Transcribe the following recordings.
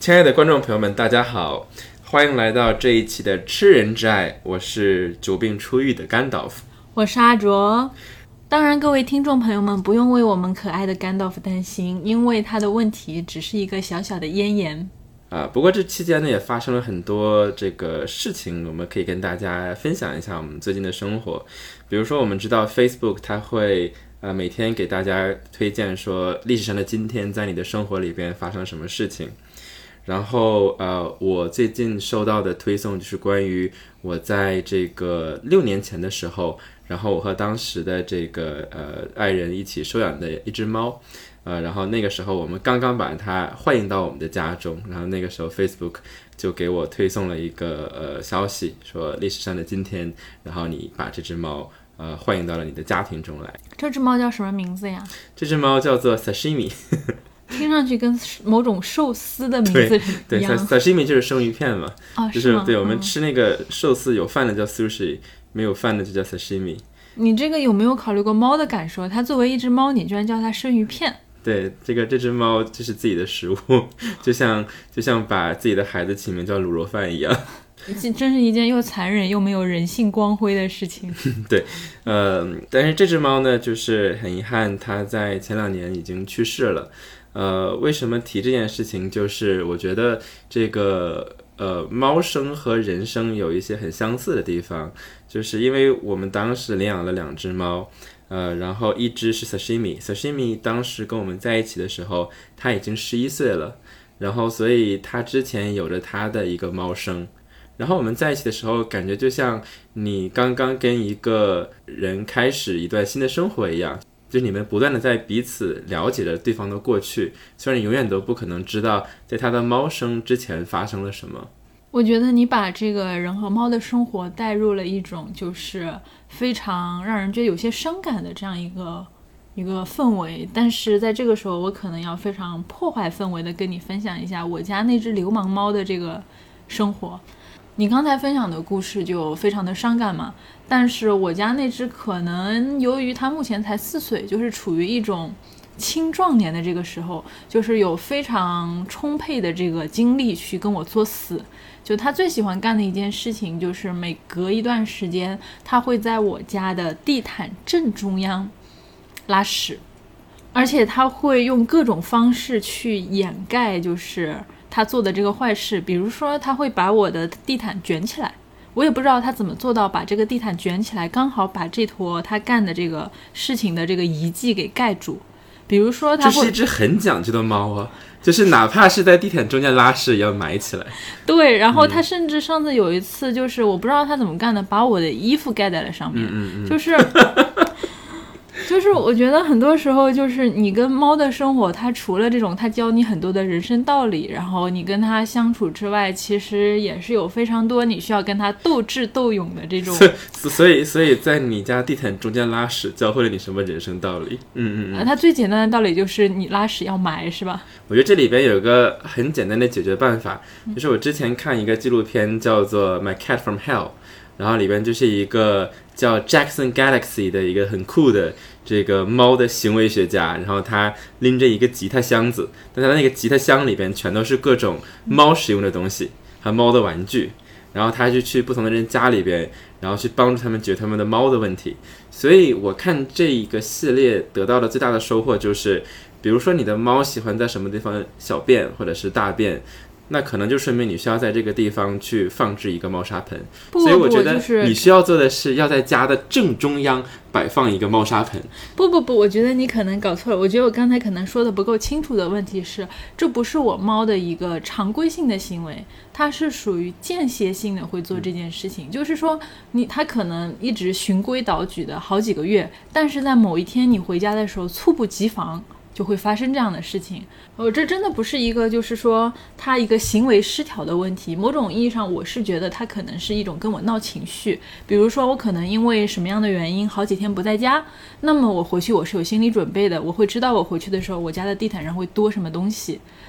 亲爱的观众朋友们，大家好，欢迎来到这一期的吃人之爱，我是久病初愈的甘道夫， 我是阿卓。当然各位听众朋友们不用为我们可爱的甘道夫担心，因为他的问题只是一个小小的咽炎不过这期间呢也发生了很多这个事情，我们可以跟大家分享一下我们最近的生活。比如说我们知道 Facebook 它会每天给大家推荐说历史上的今天在你的生活里边发生什么事情，然后我最近收到的推送就是关于我在这个6年前的时候，然后我和当时的这个爱人一起收养的一只猫，然后那个时候我们刚刚把它欢迎到我们的家中，然后那个时候 Facebook 就给我推送了一个消息，说历史上的今天，然后你把这只猫欢迎到了你的家庭中来。 这只猫叫什么名字呀？ 这只猫叫做 Sashimi 听上去跟某种寿司的名字一样。 对 Sashimi 就是生鱼片嘛，就是吗？ 对，我们吃那个寿司有饭的叫 sushi， 没有饭的就叫 Sashimi。 你这个有没有考虑过猫的感受？它作为一只猫，你居然叫它生鱼片。 对，这只猫就是自己的食物，就像把自己的孩子起名叫卤肉饭一样。 真是一件又残忍又没有人性光辉的事情。 对，但是这只猫呢，就是很遗憾，它在前2年已经去世了。为什么提这件事情？就是我觉得这个猫生和人生有一些很相似的地方，就是因为我们当时领养了2只猫，然后一只是 Sashimi 当时跟我们在一起的时候，它已经11岁了，然后所以它之前有着它的一个猫生。然后我们在一起的时候，感觉就像你刚刚跟一个人开始一段新的生活一样，就是你们不断的在彼此了解着对方的过去，虽然你永远都不可能知道在他的猫生之前发生了什么。 我觉得你把这个人和猫的生活带入了一种就是非常让人觉得有些伤感的这样一个氛围，但是在这个时候我可能要非常破坏氛围的跟你分享一下我家那只流氓猫的这个生活。你刚才分享的故事就非常的伤感嘛，但是我家那只可能由于它目前才4岁，就是处于一种青壮年的这个时候，就是有非常充沛的这个精力去跟我作死。就他最喜欢干的一件事情，就是每隔一段时间他会在我家的地毯正中央拉屎，而且他会用各种方式去掩盖就是他做的这个坏事。比如说他会把我的地毯卷起来，我也不知道他怎么做到把这个地毯卷起来，刚好把这坨他干的这个事情的这个遗迹给盖住。比如说他会， 这是一只很讲究的猫啊，就是哪怕是在地毯中间拉屎也要埋起来。 对，然后他甚至上次有一次，就是我不知道他怎么干的，把我的衣服盖在了上面。就是我觉得很多时候就是你跟猫的生活，它除了这种它教你很多的人生道理，然后你跟它相处之外，其实也是有非常多你需要跟它斗智斗勇的这种。 所以在你家地毯中间拉屎教会了你什么人生道理？ 它最简单的道理就是你拉屎要埋，是吧？ 我觉得这里边有个很简单的解决办法，就是我之前看一个纪录片叫做 My Cat from Hell， 然后里边就是一个叫 Jackson Galaxy 的一个很酷的这个猫的行为学家，然后他拎着一个吉他箱子，但他那个吉他箱里边全都是各种猫使用的东西，还有猫的玩具，然后他就去不同的人家里边，然后去帮助他们解决他们的猫的问题。所以我看这一个系列得到的最大的收获就是，比如说你的猫喜欢在什么地方小便或者是大便，那可能就说明你需要在这个地方去放置一个猫砂盆。所以我觉得你需要做的是要在家的正中央摆放一个猫砂盆。 不，我觉得你可能搞错了。我觉得我刚才可能说的不够清楚的问题是，这不是我猫的一个常规性的行为，它是属于间歇性的会做这件事情。就是说它可能一直循规蹈矩的好几个月，但是在某一天你回家的时候猝不及防，就会发生这样的事情。这真的不是一个就是说他一个行为失调的问题，某种意义上我是觉得他可能是一种跟我闹情绪。比如说我可能因为什么样的原因好几天不在家，那么我回去我是有心理准备的，我会知道我回去的时候我家的地毯上会多什么东西，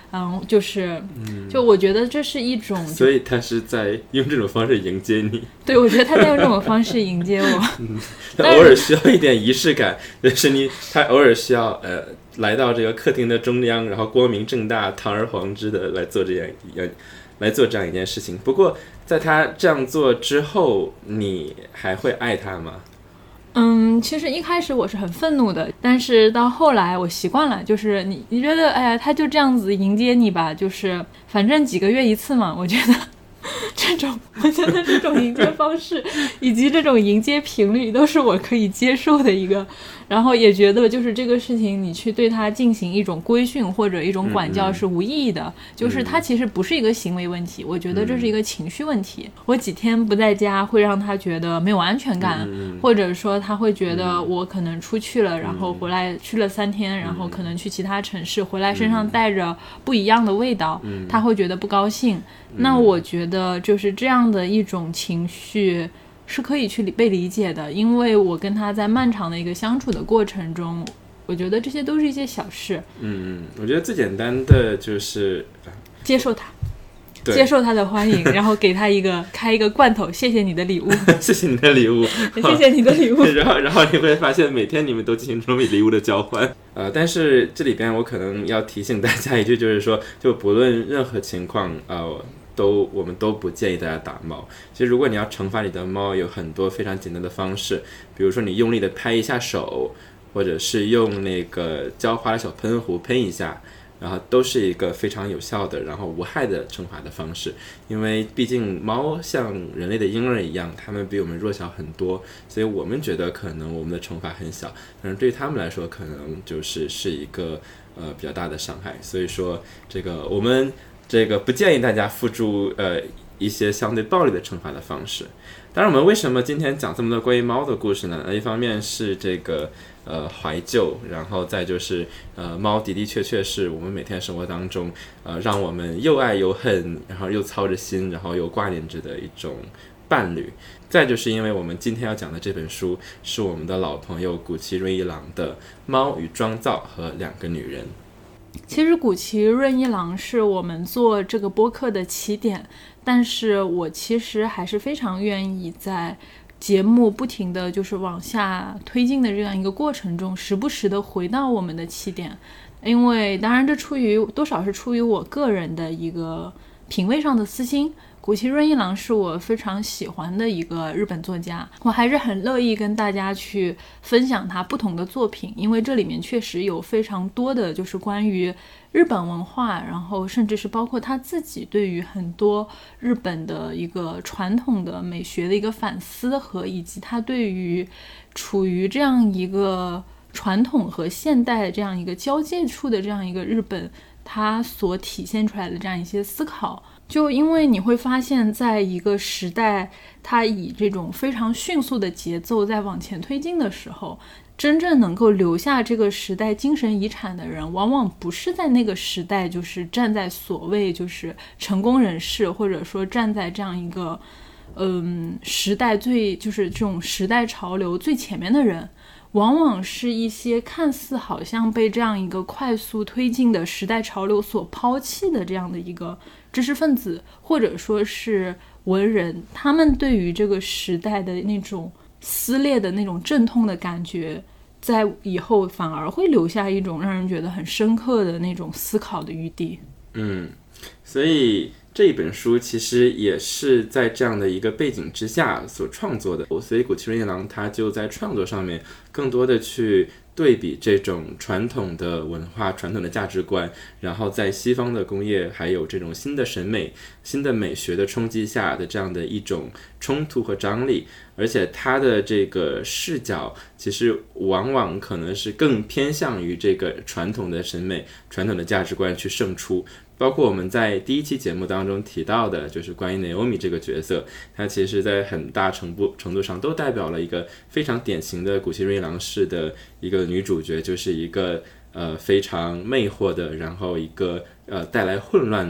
就我觉得这是一种， 所以他是在用这种方式迎接你。 对，我觉得他在用这种方式迎接我。 他偶尔需要一点仪式感，就是他偶尔需要来到这个客厅的中央，然后光明正大、堂而皇之的来做这样一件事情。不过在他这样做之后，你还会爱他吗？ 其实一开始我是很愤怒的，但是到后来我习惯了，就是你觉得，哎呀，他就这样子迎接你吧，就是反正几个月一次嘛，我觉得这种迎接方式以及这种迎接频率都是我可以接受的一个，然后也觉得就是这个事情你去对他进行一种规训或者一种管教是无意义的，就是它其实不是一个行为问题，我觉得这是一个情绪问题。我几天不在家会让他觉得没有安全感，或者说他会觉得我可能出去了，然后回来去了3天，然后可能去其他城市回来身上带着不一样的味道，他会觉得不高兴。那我觉得就是这样的一种情绪是可以去被理解的，因为我跟他在漫长的一个相处的过程中，我觉得这些都是一些小事。 我觉得最简单的就是接受他，接受他的欢迎，然后给他开一个罐头，谢谢你的礼物。 谢谢你的礼物， 谢谢你的礼物。 然后你会发现每天你们都进行这种礼物的交换。但是这里边我可能要提醒大家一句，就是说就不论任何情况我们都不建议大家打猫。其实如果你要惩罚你的猫，有很多非常简单的方式，比如说你用力的拍一下手，或者是用那个浇花的小喷壶喷一下，然后都是一个非常有效的然后无害的惩罚的方式。因为毕竟猫像人类的婴儿一样，它们比我们弱小很多，所以我们觉得可能我们的惩罚很小，但是对他们来说可能是一个比较大的伤害。所以说我们不建议大家付诸一些相对暴力的惩罚的方式。当然我们为什么今天讲这么多关于猫的故事呢？一方面是怀旧，然后再就是猫的确是我们每天生活当中让我们又爱又恨，然后又操着心，然后又挂念着的一种伴侣。再就是因为我们今天要讲的这本书是我们的老朋友谷崎润一郎的《猫与妆造和2个女人》。 其实谷崎润一郎是我们做这个播客的起点，但是我其实还是非常愿意在节目不停的就是往下推进的这样一个过程中，时不时的回到我们的起点。因为当然这多少是出于我个人的一个品味上的私心。谷崎润一郎是我非常喜欢的一个日本作家，我还是很乐意跟大家去分享他不同的作品，因为这里面确实有非常多的就是关于日本文化，然后甚至是包括他自己对于很多日本的一个传统的美学的一个反思，和以及他对于处于这样一个传统和现代这样一个交界处的这样一个日本，他所体现出来的这样一些思考。就因为你会发现在一个时代它以这种非常迅速的节奏在往前推进的时候，真正能够留下这个时代精神遗产的人，往往不是在那个时代就是站在所谓就是成功人士，或者说站在这样一个时代就是这种时代潮流最前面的人，往往是一些看似好像被这样一个快速推进的时代潮流所抛弃的这样的一个知识分子，或者说是文人，他们对于这个时代的那种撕裂的那种阵痛的感觉，在以后反而会留下一种让人觉得很深刻的那种思考的余地。 所以这一本书其实也是在这样的一个背景之下所创作的，所以谷崎润一郎他就在创作上面更多的去对比这种传统的文化、传统的价值观，然后在西方的工业还有这种新的审美、新的美学的冲击下的这样的一种冲突和张力，而且他的这个视角其实往往可能是更偏向于这个传统的审美、传统的价值观去胜出。包括我们在第一期节目当中提到的，就是关于 Naomi 这个角色，她其实在很大程度上都代表了一个非常典型的谷崎润一郎式的一个女主角，就是一个非常魅惑的，然后一个带来混乱的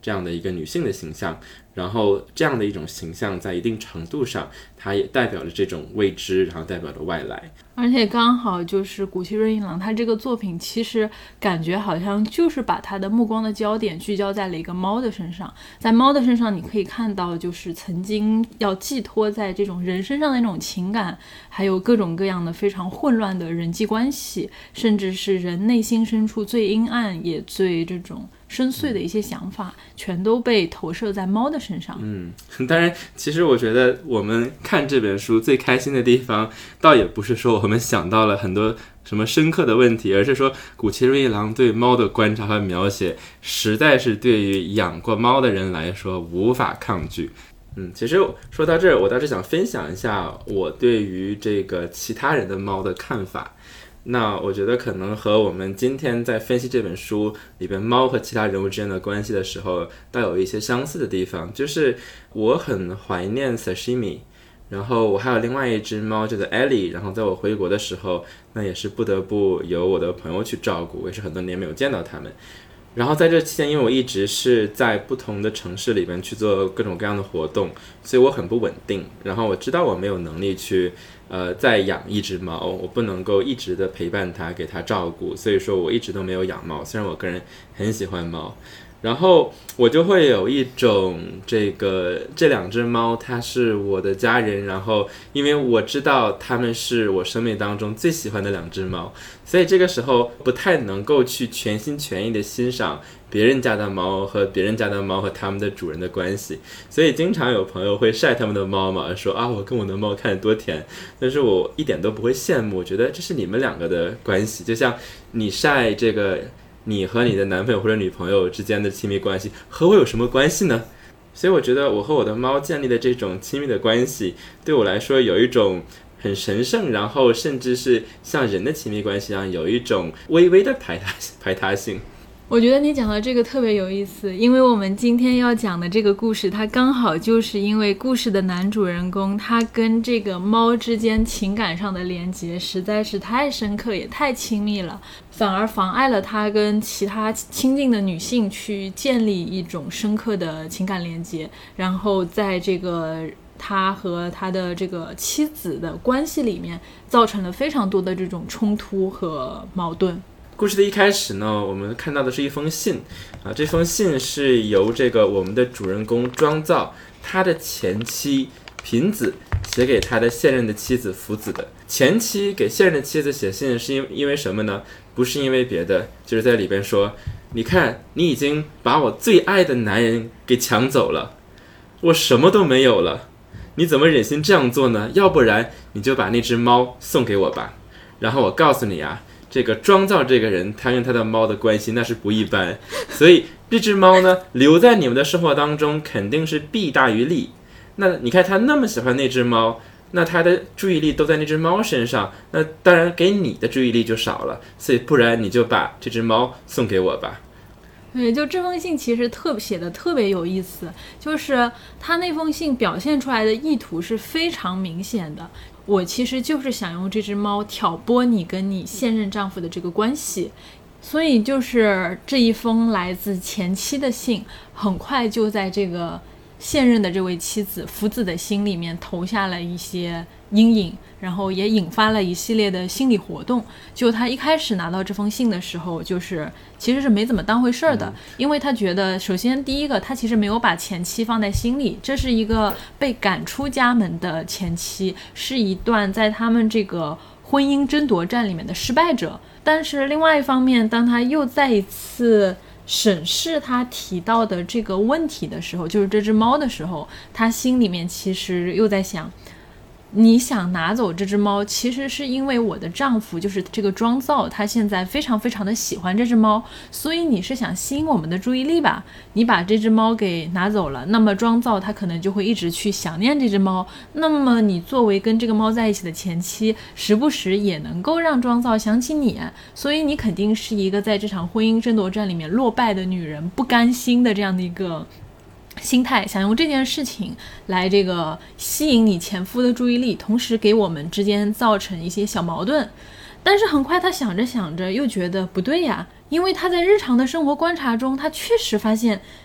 这样的一个女性的形象，然后这样的一种形象在一定程度上它也代表了这种未知，然后代表了外来。 而且刚好就是谷崎润一郎他这个作品其实感觉好像就是把他的目光的焦点聚焦在了一个猫的身上，在猫的身上你可以看到就是曾经要寄托在这种人身上的那种情感，还有各种各样的非常混乱的人际关系，甚至是人内心深处最阴暗也最这种深邃的一些想法，全都被投射在猫的身上。 当然其实我觉得我们看这本书最开心的地方倒也不是说我们想到了很多什么深刻的问题，而是说谷崎润一郎对猫的观察和描写实在是对于养过猫的人来说无法抗拒。其实说到这儿，我倒是想分享一下我对于这个其他人的猫的看法。那我觉得可能和我们今天在分析这本书里边猫和其他人物之间的关系的时候倒有一些相似的地方，就是我很怀念 Sashimi， 然后我还有另外一只猫叫做 Ellie， 然后在我回国的时候那也是不得不由我的朋友去照顾，我也是很多年没有见到他们。然后在这期间因为我一直是在不同的城市里边去做各种各样的活动，所以我很不稳定，然后我知道我没有能力去再养一只猫，我不能够一直的陪伴它给它照顾，所以说我一直都没有养猫，虽然我个人很喜欢猫。然后我就会有一种这两只猫它是我的家人，然后因为我知道它们是我生命当中最喜欢的两只猫，所以这个时候不太能够去全心全意的欣赏别人家的猫和别人家的猫和他们的主人的关系，所以经常有朋友会晒他们的猫嘛，说啊我跟我的猫看着多甜，但是我一点都不会羡慕，我觉得这是你们两个的关系，就像你晒这个你和你的男朋友或者女朋友之间的亲密关系和我有什么关系呢？所以我觉得我和我的猫建立的这种亲密的关系对我来说有一种很神圣，然后甚至是像人的亲密关系一样有一种微微的排他性。 我觉得你讲的这个特别有意思，因为我们今天要讲的这个故事，它刚好就是因为故事的男主人公他跟这个猫之间情感上的连接实在是太深刻也太亲密了，反而妨碍了他跟其他亲近的女性去建立一种深刻的情感连接，然后在这个他和他的这个妻子的关系里面造成了非常多的这种冲突和矛盾。 故事的一开始呢，我们看到的是一封信这封信是由这个我们的主人公庄造他的前妻平子写给他的现任的妻子福子的。前妻给现任的妻子写信是因为什么呢？不是因为别的，就是在里边说，你看你已经把我最爱的男人给抢走了，我什么都没有了，你怎么忍心这样做呢？要不然你就把那只猫送给我吧。然后我告诉你这个庄造这个人他跟他的猫的关系那是不一般，所以这只猫呢留在你们的生活当中肯定是弊大于利。那你看他那么喜欢那只猫，那他的注意力都在那只猫身上，那当然给你的注意力就少了，所以不然你就把这只猫送给我吧。 对，就这封信其实写的特别有意思，就是他那封信表现出来的意图是非常明显的，我其实就是想用这只猫挑拨你跟你现任丈夫的这个关系，所以就是这一封来自前妻的信很快就在这个现任的这位妻子福子的心里面投下了一些阴影，然后也引发了一系列的心理活动。就他一开始拿到这封信的时候，就是其实是没怎么当回事的，因为他觉得首先第一个他其实没有把前妻放在心里，这是一个被赶出家门的前妻，是一段在他们这个婚姻争夺战里面的失败者。但是另外一方面，当他又再一次审视他提到的这个问题的时候，就是这只猫的时候，他心里面其实又在想，你想拿走这只猫其实是因为我的丈夫就是这个庄造他现在非常非常的喜欢这只猫，所以你是想吸引我们的注意力吧，你把这只猫给拿走了，那么庄造他可能就会一直去想念这只猫，那么你作为跟这个猫在一起的前妻时不时也能够让庄造想起你，所以你肯定是一个在这场婚姻争夺战里面落败的女人，不甘心的这样的一个心态，想用这件事情来这个吸引你前夫的注意力，同时给我们之间造成一些小矛盾。但是很快他想着想着又觉得不对呀，因为他在日常的生活观察中他确实发现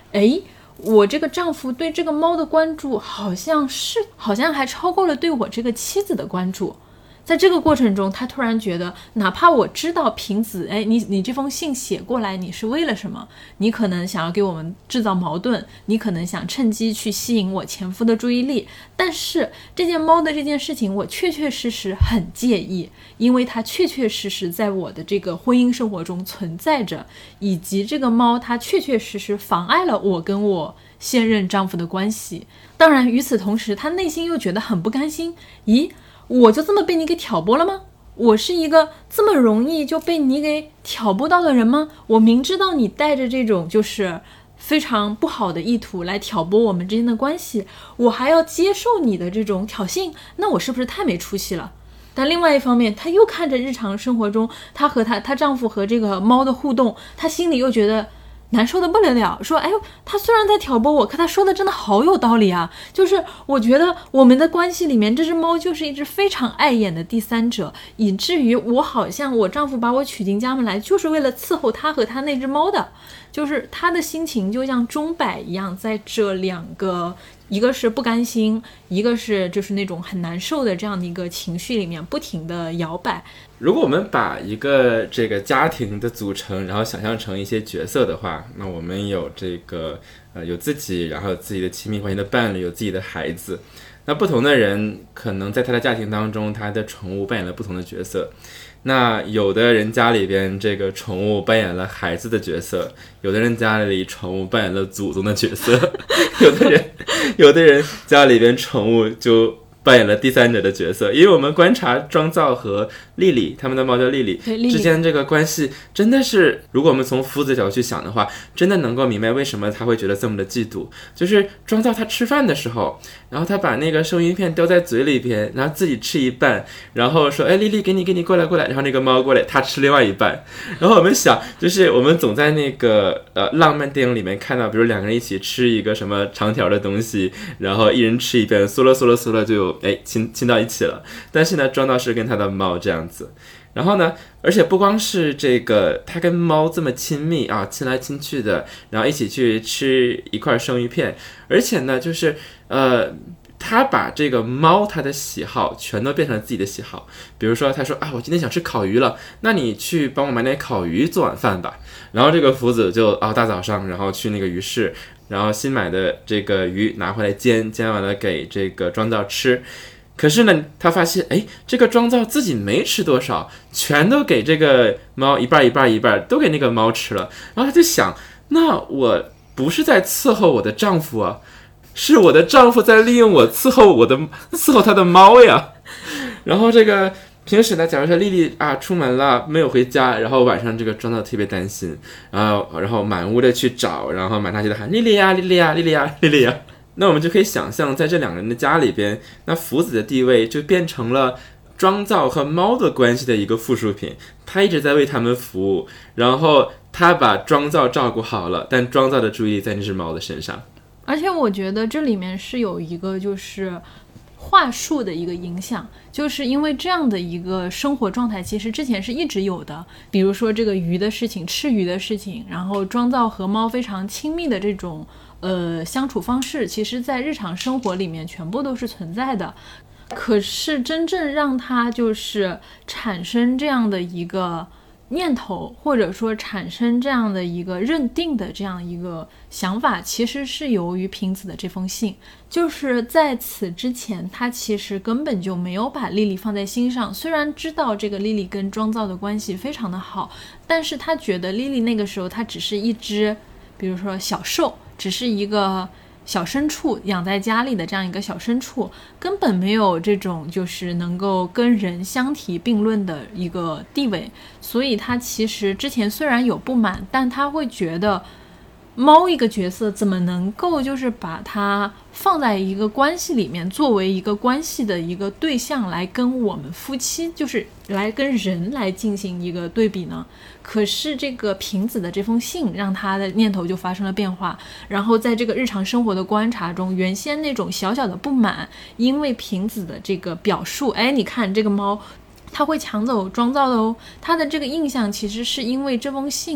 诶，我这个丈夫对这个猫的关注好像还超过了对我这个妻子的关注。在这个过程中，他突然觉得，哪怕我知道平子，哎，你这封信写过来，你是为了什么？你可能想要给我们制造矛盾，你可能想趁机去吸引我前夫的注意力。但是这件猫的这件事情，我确确实实很介意，因为它确确实实在我的这个婚姻生活中存在着，以及这个猫它确确实实妨碍了我跟我现任丈夫的关系。当然，与此同时，他内心又觉得很不甘心，咦？我就这么被你给挑拨了吗？我是一个这么容易就被你给挑拨到的人吗？我明知道你带着这种就是非常不好的意图来挑拨我们之间的关系，我还要接受你的这种挑衅，那我是不是太没出息了？但另外一方面，她又看着日常生活中她和她丈夫和这个猫的互动，她心里又觉得难受的不得了，说哎呦，他虽然在挑拨我，可他说的真的好有道理啊，就是我觉得我们的关系里面这只猫就是一只非常碍眼的第三者，以至于我好像我丈夫把我娶进家门来就是为了伺候他和他那只猫的，就是他的心情就像钟摆一样，在这两个，一个是不甘心，一个是就是那种很难受的这样的一个情绪里面不停的摇摆。 如果我们把一个这个家庭的组成，然后想象成一些角色的话，那我们有这个有自己，然后有自己的亲密关系的伴侣，有自己的孩子。那不同的人可能在他的家庭当中，他的宠物扮演了不同的角色。那有的人家里边这个宠物扮演了孩子的角色，有的人家里宠物扮演了祖宗的角色，有的人家里边宠物就扮演了第三者的角色。因为我们观察庄造和莉莉，他们的猫叫莉莉之间这个关系，真的是如果我们从夫子角度去想的话，真的能够明白为什么他会觉得这么的嫉妒。就是庄造他吃饭的时候，然后他把那个生鱼片叼在嘴里边，然后自己吃一半，然后说哎，莉莉给你过来，然后那个猫过来，他吃另外一半。然后我们想，就是我们总在那个浪漫电影里面看到，比如两个人一起吃一个什么长条的东西，然后一人吃一半，嗦了就亲到一起了。但是呢，庄造是跟他的猫这样子。然后呢，而且不光是这个他跟猫这么亲密啊，亲来亲去的，然后一起去吃一块生鱼片，而且呢就是他把这个猫他的喜好全都变成了自己的喜好。比如说他说啊，我今天想吃烤鱼了，那你去帮我买点烤鱼做晚饭吧。然后这个福子就大早上然后去那个鱼市，然后新买的这个鱼拿回来煎完了给这个庄造吃。可是呢，他发现，哎，这个庄造自己没吃多少，全都给这个猫一半，都给那个猫吃了。然后他就想，那我不是在伺候我的丈夫啊，是我的丈夫在利用我伺候他的猫呀。然后这个平时呢，假如说莉莉啊出门了没有回家，然后晚上这个庄造特别担心，然后满屋的去找，然后满大街的喊莉莉呀。那我们就可以想象，在这两个人的家里边，那福子的地位就变成了庄造和猫的关系的一个附属品。他一直在为他们服务，然后他把庄造照顾好了，但庄造的注意力在那只猫的身上。 而且我觉得这里面是有一个就是话术的一个影响，就是因为这样的一个生活状态其实之前是一直有的。比如说这个鱼的事情，吃鱼的事情，然后庄造和猫非常亲密的这种相处方式，其实在日常生活里面全部都是存在的。可是真正让他就是产生这样的一个念头，或者说产生这样的一个认定的这样一个想法，其实是由于平子的这封信。就是在此之前，他其实根本就没有把莉莉放在心上，虽然知道这个莉莉跟庄造的关系非常的好，但是他觉得莉莉那个时候她只是一只比如说小兽，只是一个小牲畜，养在家里的这样一个小牲畜，根本没有这种就是能够跟人相提并论的一个地位。所以他其实之前虽然有不满，但他会觉得猫一个角色怎么能够就是把它放在一个关系里面，作为一个关系的一个对象来跟我们夫妻，就是来跟人来进行一个对比呢？可是这个平子的这封信让他的念头就发生了变化，然后在这个日常生活的观察中，原先那种小小的不满，因为平子的这个表述，哎，你看这个猫它会抢走庄造的哦，他的这个印象其实是因为这封信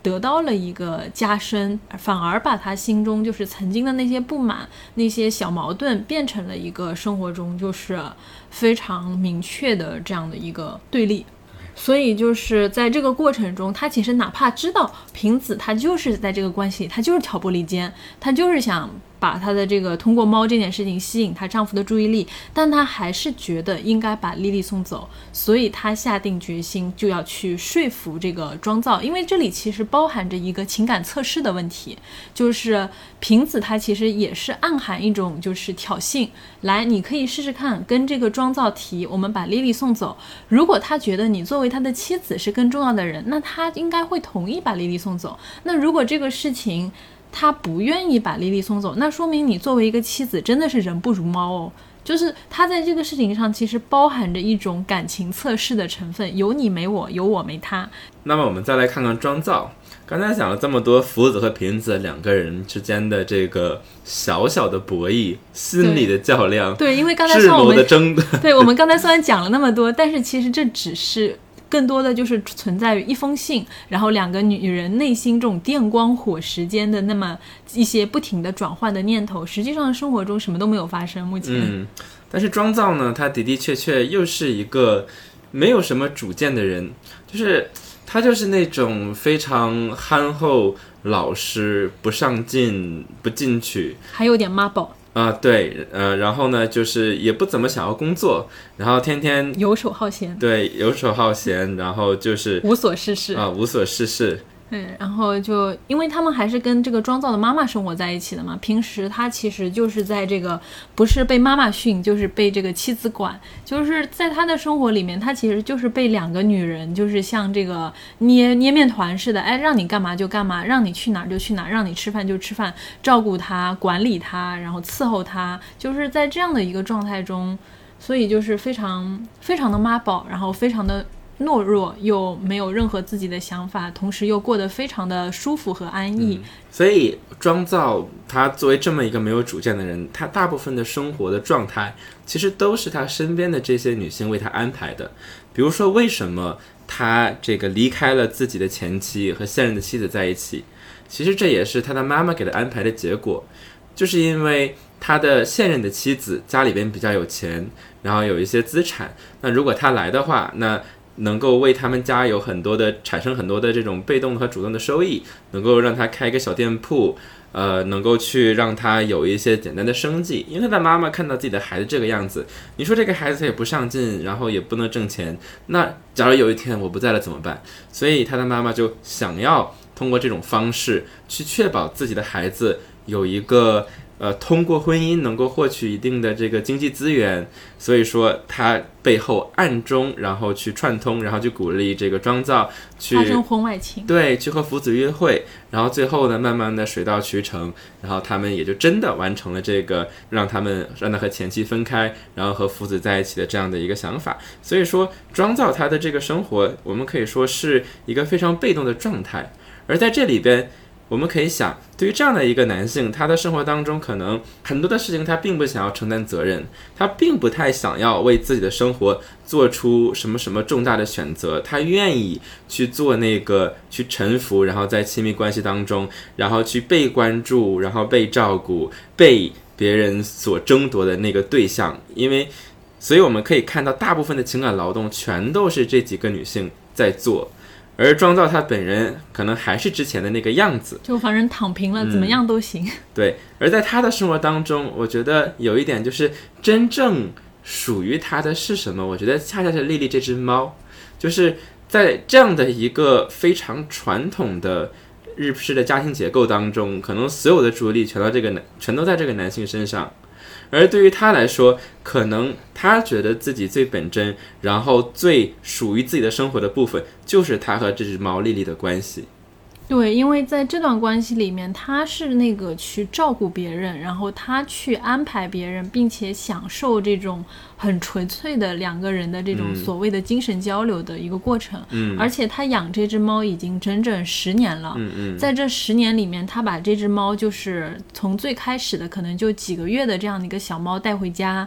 得到了一个加深，反而把他心中就是曾经的那些不满、那些小矛盾变成了一个生活中就是非常明确的这样的一个对立。所以就是在这个过程中，他其实哪怕知道平子他就是在这个关系里，他就是挑拨离间，他就是想把他的这个通过猫这件事情吸引她丈夫的注意力，但她还是觉得应该把莉莉送走，所以她下定决心就要去说服这个妆造。因为这里其实包含着一个情感测试的问题，就是平子她其实也是暗含一种就是挑衅，来你可以试试看跟这个妆造提我们把莉莉送走，如果他觉得你作为他的妻子是更重要的人，那他应该会同意把莉莉送走。那如果这个事情他不愿意把莉莉送走，那说明你作为一个妻子真的是人不如猫哦。就是他在这个事情上其实包含着一种感情测试的成分，有你没我，有我没他。 那么我们再来看看妆造。刚才讲了这么多福子和平子两个人之间的这个小小的博弈，心理的较量， 对，因为刚才赤裸的争夺。 对，我们刚才虽然讲了那么多，但是其实这只是更多的就是存在于一封信，然后两个女人内心这种电光火石间的那么一些不停的转换的念头，实际上生活中什么都没有发生。目前， 但是妆造呢，他的的确确又是一个没有什么主见的人，就是他就是那种非常憨厚、老实、不上进、不进取， 还有点妈宝。 对，然后呢，就是也不怎么想要工作，然后天天游手好闲， 对，游手好闲，然后就是无所事事无所事事。 然后就因为他们还是跟这个妆造的妈妈生活在一起的嘛，平时他其实就是在这个不是被妈妈训，就是被这个妻子管，就是在他的生活里面，他其实就是被两个女人就是像这个捏面团似的，哎，让你干嘛就干嘛，让你去哪儿就去哪儿，让你吃饭就吃饭，照顾他，管理他，然后伺候他，就是在这样的一个状态中，所以就是非常非常的妈宝，然后非常的懦弱，又没有任何自己的想法，同时又过得非常的舒服和安逸。 所以妆造他作为这么一个没有主见的人，他大部分的生活的状态其实都是他身边的这些女性为他安排的。比如说为什么他这个离开了自己的前妻和现任的妻子在一起，其实这也是他的妈妈给他安排的结果，就是因为他的现任的妻子家里边比较有钱，然后有一些资产，那如果他来的话，那能够为他们家有产生很多的这种被动和主动的收益，能够让他开一个小店铺，能够去让他有一些简单的生计。因为他的妈妈看到自己的孩子这个样子，你说这个孩子也不上进，然后也不能挣钱，那假如有一天我不在了怎么办？所以他的妈妈就想要通过这种方式去确保自己的孩子有一个通过婚姻能够获取一定的这个经济资源，所以说他背后暗中然后去串通，然后去鼓励这个妆造去发生婚外情， 对，去和福子约会，然后最后呢慢慢的水到渠成，然后他们也就真的完成了这个让他和前妻分开，然后和福子在一起的这样的一个想法。所以说妆造他的这个生活，我们可以说是一个非常被动的状态，而在这里边我们可以想，对于这样的一个男性，他的生活当中可能很多的事情他并不想要承担责任，他并不太想要为自己的生活做出什么什么重大的选择，他愿意去做那个去臣服，然后在亲密关系当中，然后去被关注，然后被照顾，被别人所争夺的那个对象。所以我们可以看到大部分的情感劳动全都是这几个女性在做，而妆造他本人可能还是之前的那个样子， 就反正躺平了，怎么样都行。 对，而在他的生活当中，我觉得有一点就是真正属于他的是什么？我觉得恰恰是莉莉这只猫，就是在这样的一个非常传统的日式的家庭结构当中，可能所有的注意力全都在这个男性身上。而对于他来说，可能他觉得自己最本真，然后最属于自己的生活的部分，就是他和这只猫莉莉的关系。 对，因为在这段关系里面，他是那个去照顾别人，然后他去安排别人，并且享受这种很纯粹的两个人的这种所谓的精神交流的一个过程。而且他养这只猫已经整整10年了。在这10年里面，他把这只猫就是从最开始的可能就几个月的这样的一个小猫带回家，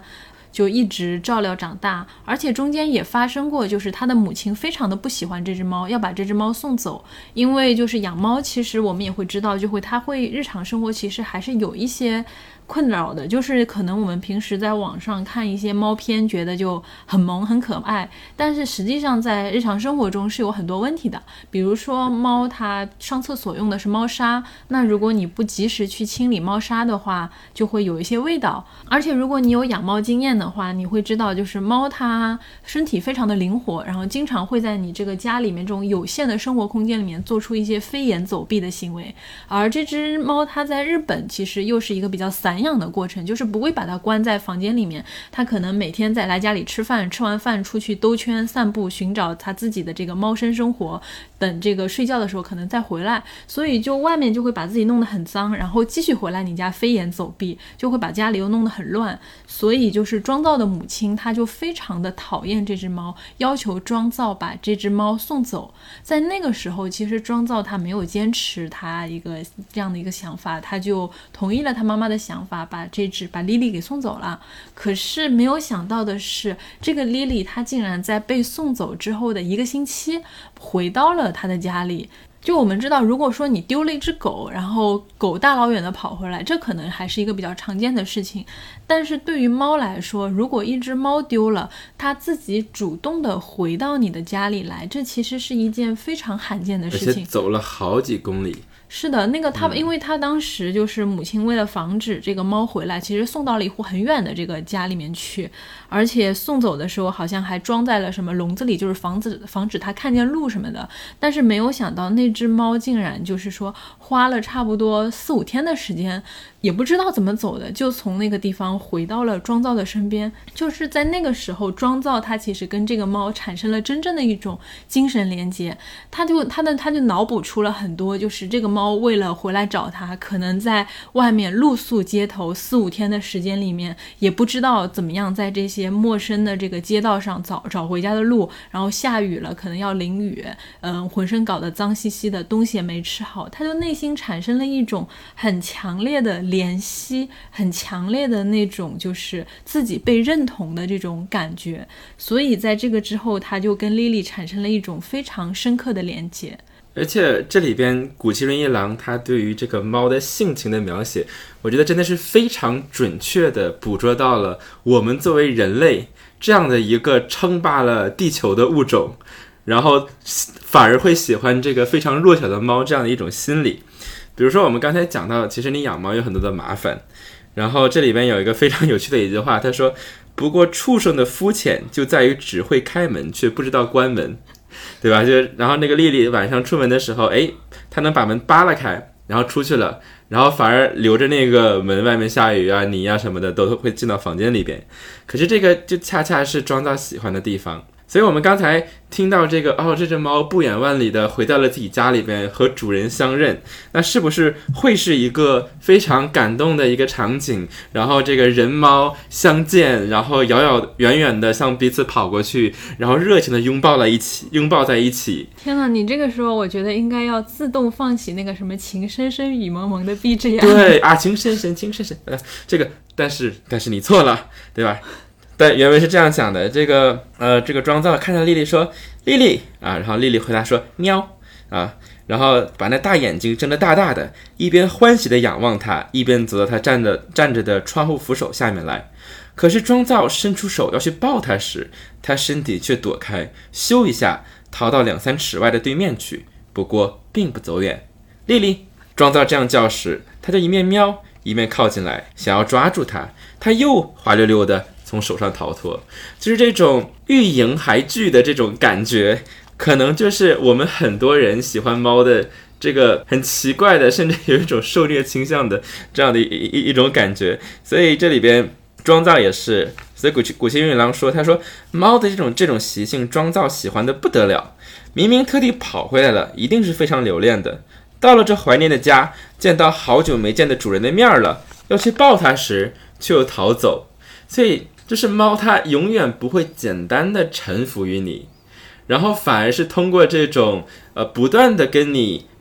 就一直照料长大，而且中间也发生过，就是他的母亲非常的不喜欢这只猫，要把这只猫送走。因为就是养猫，其实我们也会知道，它会日常生活其实还是有一些困扰的，就是可能我们平时在网上看一些猫片，觉得就很萌很可爱，但是实际上在日常生活中是有很多问题的。比如说猫它上厕所用的是猫砂，那如果你不及时去清理猫砂的话，就会有一些味道。而且如果你有养猫经验的话，你会知道就是猫它身体非常的灵活，然后经常会在你这个家里面这种有限的生活空间里面做出一些飞檐走壁的行为。而这只猫它在日本其实又是一个比较散养的过程，就是不会把它关在房间里面，它可能每天再来家里吃饭，吃完饭出去兜圈散步，寻找它自己的这个猫生生活，等这个睡觉的时候可能再回来，所以就外面就会把自己弄得很脏，然后继续回来你家飞檐走壁，就会把家里又弄得很乱。所以就是庄造的母亲她就非常的讨厌这只猫，要求庄造把这只猫送走。在那个时候其实庄造他没有坚持他这样的一个想法，他就同意了他妈妈的想法，把莉莉给送走了。可是没有想到的是，这个莉莉她竟然在被送走之后的1个星期回到了她的家里。就我们知道，如果说你丢了一只狗，然后狗大老远的跑回来，这可能还是一个比较常见的事情。但是对于猫来说，如果一只猫丢了，它自己主动的回到你的家里来，这其实是一件非常罕见的事情， 而且走了好几公里。 是的，因为他当时就是母亲为了防止这个猫回来，其实送到了一户很远的这个家里面去，而且送走的时候好像还装在了什么笼子里，就是防止它看见路什么的。但是没有想到那只猫竟然就是说花了差不多4-5天的时间，也不知道怎么走的，就从那个地方回到了庄造的身边。就是在那个时候，庄造他其实跟这个猫产生了真正的一种精神连接，他就脑补出了很多，就是这个猫为了回来找他，可能在外面露宿街头4-5天的时间里面，也不知道怎么样在这些陌生的这个街道上找回家的路，然后下雨了可能要淋雨，浑身搞得脏兮兮的，东西也没吃好，他就内心产生了一种很强烈的怜惜，很强烈的那种就是自己被认同的这种感觉。所以在这个之后，他就跟莉莉产生了一种非常深刻的连接。 而且这里边谷崎润一郎他对于这个猫的性情的描写，我觉得真的是非常准确的捕捉到了我们作为人类这样的一个称霸了地球的物种，然后反而会喜欢这个非常弱小的猫这样的一种心理。比如说我们刚才讲到，其实你养猫有很多的麻烦，然后这里边有一个非常有趣的一句话，他说不过畜生的肤浅就在于只会开门却不知道关门，对吧？然后那个莉莉晚上出门的时候，她能把门扒拉开，然后出去了，然后反而留着那个门外面下雨啊泥啊什么的都会进到房间里边。可是这个就恰恰是庄造喜欢的地方。所以我们刚才听到这个这只猫不远万里的回到了自己家里边和主人相认，那是不是会是一个非常感动的一个场景？然后这个人猫相见，然后远远的向彼此跑过去，然后热情的拥抱在一起。 天哪，你这个时候我觉得应该要自动放起那个什么情深深雨蒙蒙的 BGM。 对啊，情深深这个但是你错了，对吧？但原文是这样讲的，这个庄造看着莉莉说莉莉啊，然后莉莉回答说喵啊，然后把那大眼睛睁得大大的，一边欢喜地仰望他，一边走到他站着的窗户扶手下面来。可是庄造伸出手要去抱他时，他身体却躲开，咻一下逃到2-3尺外的对面去，不过并不走远。莉莉，庄造这样叫时，他就一面喵一面靠近来，想要抓住他，他又滑溜溜的从手上逃脱。就是这种欲迎还拒的这种感觉，可能就是我们很多人喜欢猫的这个很奇怪的，甚至有一种受虐倾向的这样的一种感觉。所以这里边庄造也是，所以谷崎润一郎说，他说猫的这种习性庄造喜欢的不得了，明明特地跑回来了，一定是非常留恋的。到了这怀念的家，见到好久没见的主人的面了，要去抱它时却又逃走。所以就是猫它永远不会简单的臣服于你，然后反而是通过这种不断的跟你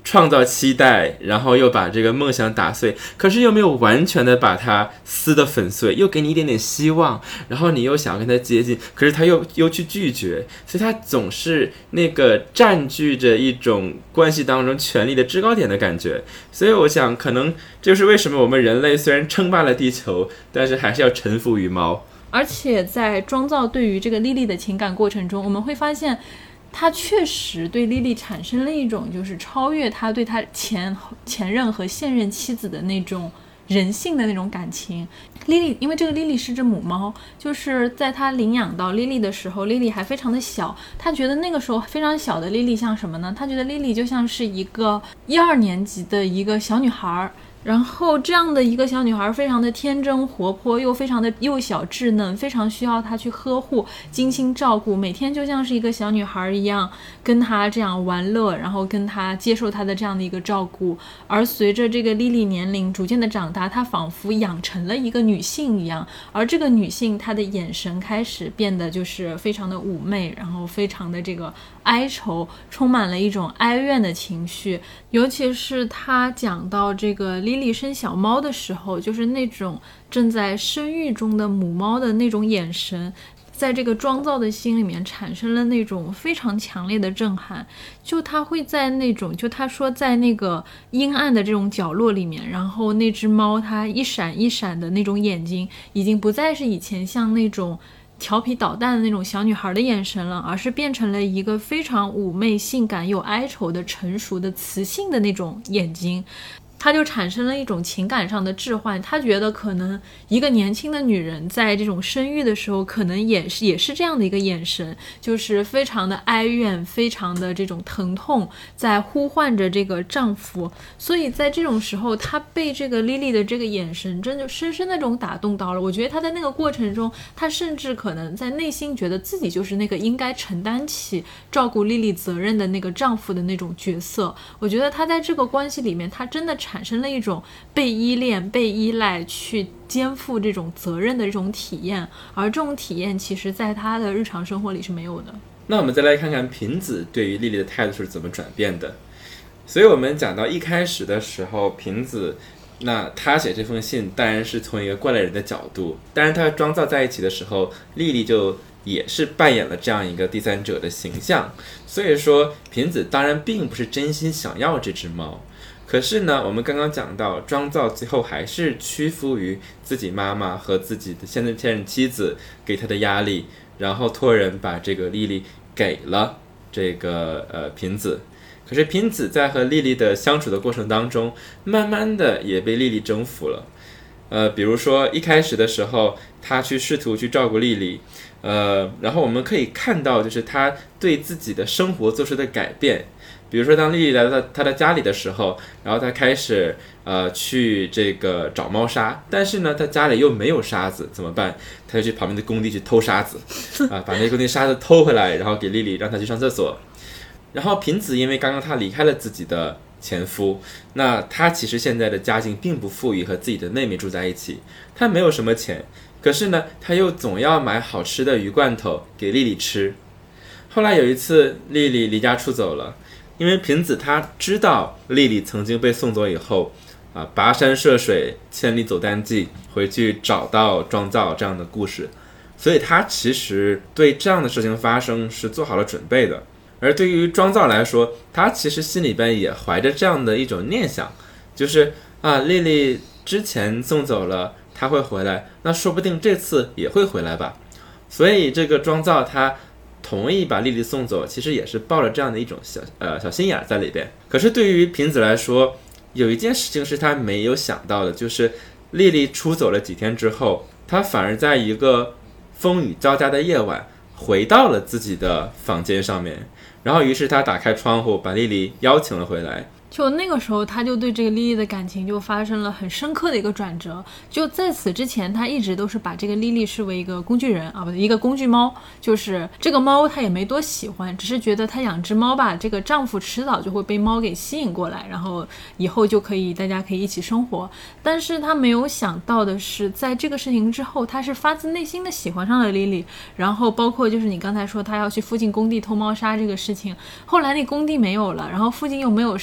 创造期待，然后又把这个梦想打碎，可是又没有完全的把它撕得粉碎，又给你一点点希望，然后你又想要跟他接近，可是他又去拒绝，所以他总是那个占据着一种关系当中权力的制高点的感觉。所以我想可能这就是为什么我们人类虽然称霸了地球，但是还是要臣服于猫。 而且在妆造对于这个莉莉的情感过程中，我们会发现他确实对莉莉产生了一种就是超越他对他前任和现任妻子的那种人性的那种感情。莉莉，因为这个莉莉是只母猫，就是在他领养到莉莉的时候，莉莉还非常的小，他觉得那个时候非常小的莉莉像什么呢？他觉得莉莉就像是一个1、2年级的一个小女孩，然后这样的一个小女孩非常的天真活泼，又非常的幼小稚嫩，非常需要她去呵护精心照顾，每天就像是一个小女孩一样跟她这样玩乐，然后跟她接受她的这样的一个照顾。而随着这个莉莉年龄逐渐的长大，她仿佛养成了一个女性一样，而这个女性她的眼神开始变得就是非常的妩媚，然后非常的这个哀愁，充满了一种哀怨的情绪。尤其是她讲到这个莉莉生小猫的时候，就是那种正在生育中的母猫的那种眼神，在这个妆造的心里面产生了那种非常强烈的震撼。就他会在那种，就他说在那个阴暗的这种角落里面，然后那只猫它一闪一闪的那种眼睛，已经不再是以前像那种调皮捣蛋的那种小女孩的眼神了，而是变成了一个非常妩媚性感又哀愁的成熟的雌性的那种眼睛。他就产生了一种情感上的置换，他觉得可能一个年轻的女人在这种生育的时候可能也是这样的一个眼神，就是非常的哀怨，非常的这种疼痛，在呼唤着这个丈夫。所以在这种时候，他被这个莉莉的这个眼神真的深深的这种打动到了。我觉得他在那个过程中，他甚至可能在内心觉得自己就是那个应该承担起照顾莉莉责任的那个丈夫的那种角色。我觉得他在这个关系里面，他真的产生了一种被依恋、被依赖，去肩负这种责任的这种体验，而这种体验其实在他的日常生活里是没有的。 那我们再来看看平子对于莉莉的态度是怎么转变的。所以我们讲到一开始的时候，平子那他写这封信当然是从一个过来人的角度，当然他和妆造在一起的时候，莉莉就也是扮演了这样一个第三者的形象。所以说平子当然并不是真心想要这只猫，可是呢，我们刚刚讲到妆造最后还是屈服于自己妈妈和自己的现任妻子给他的压力，然后托人把这个莉莉给了这个平子。可是平子在和莉莉的相处的过程当中，慢慢的也被莉莉征服了。比如说一开始的时候，他去试图去照顾莉莉，然后我们可以看到就是他对自己的生活做出的改变。比如说当莉莉来到他的家里的时候，然后他开始去这个找猫砂，但是呢他家里又没有沙子，怎么办？他就去旁边的工地去偷沙子把那工地沙子偷回来，然后给莉莉让她去上厕所。然后平子因为刚刚他离开了自己的前夫，那他其实现在的家境并不富裕，和自己的妹妹住在一起，他没有什么钱，可是呢他又总要买好吃的鱼罐头给莉莉吃。后来有一次莉莉离家出走了，因为平子他知道莉莉曾经被送走以后跋山涉水，千里走单骑，回去找到妆造这样的故事，所以他其实对这样的事情发生是做好了准备的。而对于妆造来说，他其实心里边也怀着这样的一种念想，就是莉莉之前送走了，他会回来，那说不定这次也会回来吧。所以这个妆造他同意把莉莉送走，其实也是抱了这样的一种小心眼在里边。可是对于平子来说，有一件事情是他没有想到的，就是莉莉出走了几天之后，他反而在一个风雨交加的夜晚回到了自己的房间上面，然后于是他打开窗户把莉莉邀请了回来。 就那个时候他就对这个莉莉的感情就发生了很深刻的一个转折。就在此之前他一直都是把这个莉莉视为一个工具人不对，一个工具猫，就是这个猫他也没多喜欢，只是觉得他养只猫吧，这个丈夫迟早就会被猫给吸引过来，然后以后就大家可以一起生活。但是他没有想到的是，在这个事情之后，他是发自内心的喜欢上了莉莉。然后包括就是你刚才说他要去附近工地偷猫砂这个事情，后来那工地没有了，然后附近又没有沙子，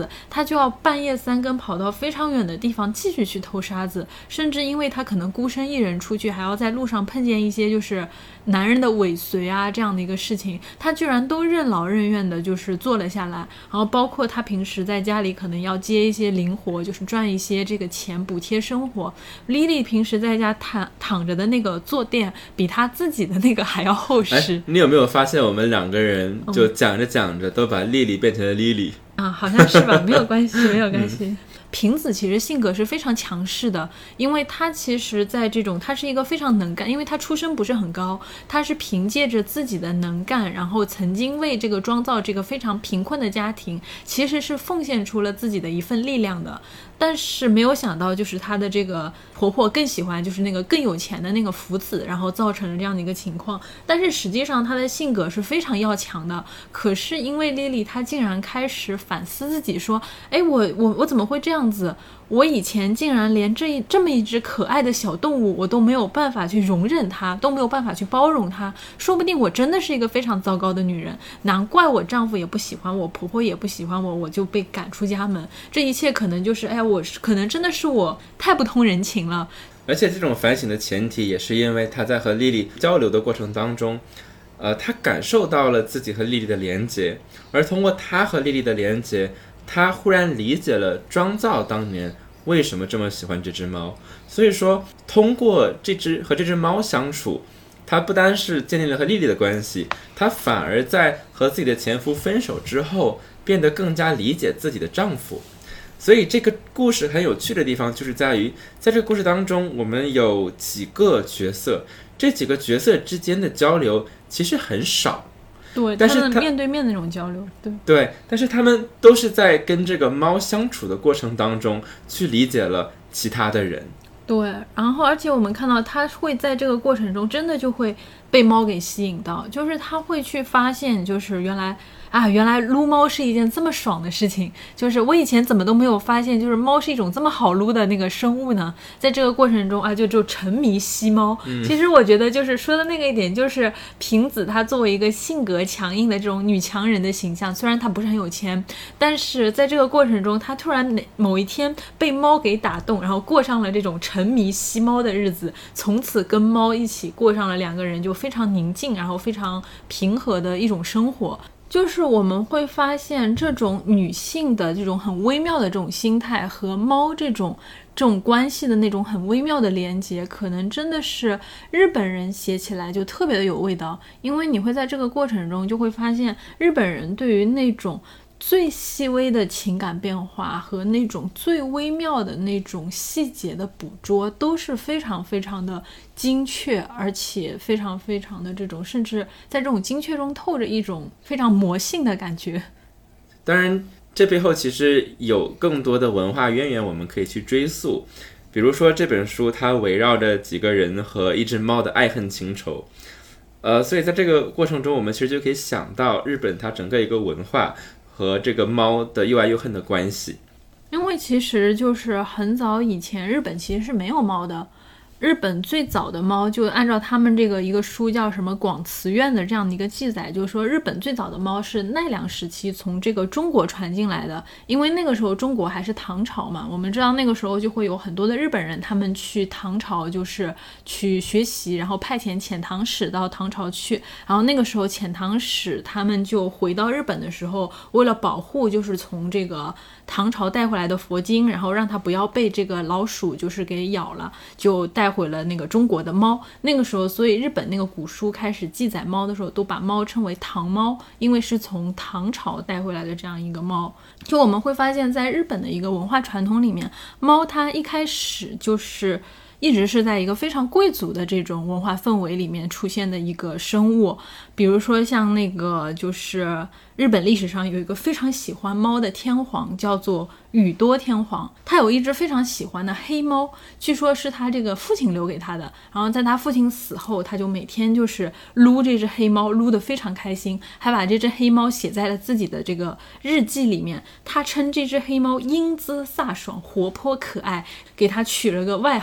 子，他就要半夜3更跑到非常远的地方继续去偷沙子，甚至因为他可能孤身一人出去，还要在路上碰见一些就是男人的尾随啊这样的一个事情，他居然都任劳任怨的就是做了下来。然后包括他平时在家里可能要接一些零活，就是赚一些这个钱补贴生活。Lily 平时在家躺着的那个坐垫比他自己的那个还要厚实。 你有没有发现我们2个人就讲着讲着都把 Lily 变成了 Lily 啊？好像是吧，没有关系没有关系。平子其实性格是非常强势的，因为他其实在这种他是一个非常能干，因为他出身不是很高，他是凭借着自己的能干，然后曾经为这个装造这个非常贫困的家庭其实是奉献出了自己的一份力量的。但是没有想到就是她的这个婆婆更喜欢就是那个更有钱的那个福子，然后造成了这样的一个情况。但是实际上她的性格是非常要强的，可是因为 Lily 她竟然开始反思自己说，哎，我怎么会这样子，我以前竟然连这么一只可爱的小动物我都没有办法去容忍它，都没有办法去包容它，说不定我真的是一个非常糟糕的女人，难怪我丈夫也不喜欢我，婆婆也不喜欢我，我就被赶出家门。这一切可能就是我可能真的是我太不通人情了。 而且这种反省的前提也是因为他在和莉莉交流的过程当中他感受到了自己和莉莉的连结，而通过他和莉莉的连结，他忽然理解了庄造当年为什么这么喜欢这只猫。所以说通过和这只猫相处，他不单是建立了和莉莉的关系，他反而在和自己的前夫分手之后变得更加理解自己的丈夫。所以这个故事很有趣的地方就是在于，在这个故事当中我们有几个角色，这几个角色之间的交流其实很少， 对， 但是他们面对面的那种交流， 对，但是他们都是在跟这个猫相处的过程当中去理解了其他的人。 对，然后而且我们看到他会在这个过程中真的就会被猫给吸引到，就是他会去发现就是原来撸猫是一件这么爽的事情，就是我以前怎么都没有发现就是猫是一种这么好撸的那个生物呢。在这个过程中就沉迷吸猫。其实我觉得就是说的那个一点，就是平子她作为一个性格强硬的这种女强人的形象，虽然她不是很有钱，但是在这个过程中她突然某一天被猫给打动，然后过上了这种沉迷吸猫的日子，从此跟猫一起过上了2个人就非常宁静然后非常平和的一种生活。就是我们会发现这种女性的这种很微妙的这种心态和猫这种关系的那种很微妙的连接，可能真的是日本人写起来就特别的有味道。因为你会在这个过程中就会发现日本人对于那种最细微的情感变化和那种最微妙的那种细节的捕捉都是非常非常的精确，而且非常非常的这种，甚至在这种精确中透着一种非常魔性的感觉。 当然这背后其实有更多的文化渊源我们可以去追溯，比如说这本书它围绕着几个人和一只猫的爱恨情仇，所以在这个过程中我们其实就可以想到日本它整个一个文化和这个猫的又爱又恨的关系。 因为其实就是很早以前日本其实是没有猫的，日本最早的猫就按照他们这个一个书叫什么广慈院的这样的一个记载，就是说日本最早的猫是奈良时期从这个中国传进来的。因为那个时候中国还是唐朝嘛，我们知道那个时候就会有很多的日本人他们去唐朝就是去学习，然后派遣遣唐使到唐朝去，然后那个时候遣唐使他们就回到日本的时候，为了保护就是从这个唐朝带回来的佛经，然后让它不要被这个老鼠就是给咬了，就带回了那个中国的猫。那个时候所以日本那个古书开始记载猫的时候都把猫称为唐猫，因为是从唐朝带回来的这样一个猫。就我们会发现在日本的一个文化传统里面，猫它一开始就是一直是在一个非常贵族的这种文化氛围里面出现的一个生物。比如说像那个就是日本历史上有一个非常喜欢猫的天皇叫做宇多天皇，他有一只非常喜欢的黑猫，据说是他这个父亲留给他的，然后在他父亲死后他就每天就是撸这只黑猫，撸得非常开心，还把这只黑猫写在了自己的这个日记里面。他称这只黑猫英姿飒爽活泼可爱，给他取了个外号叫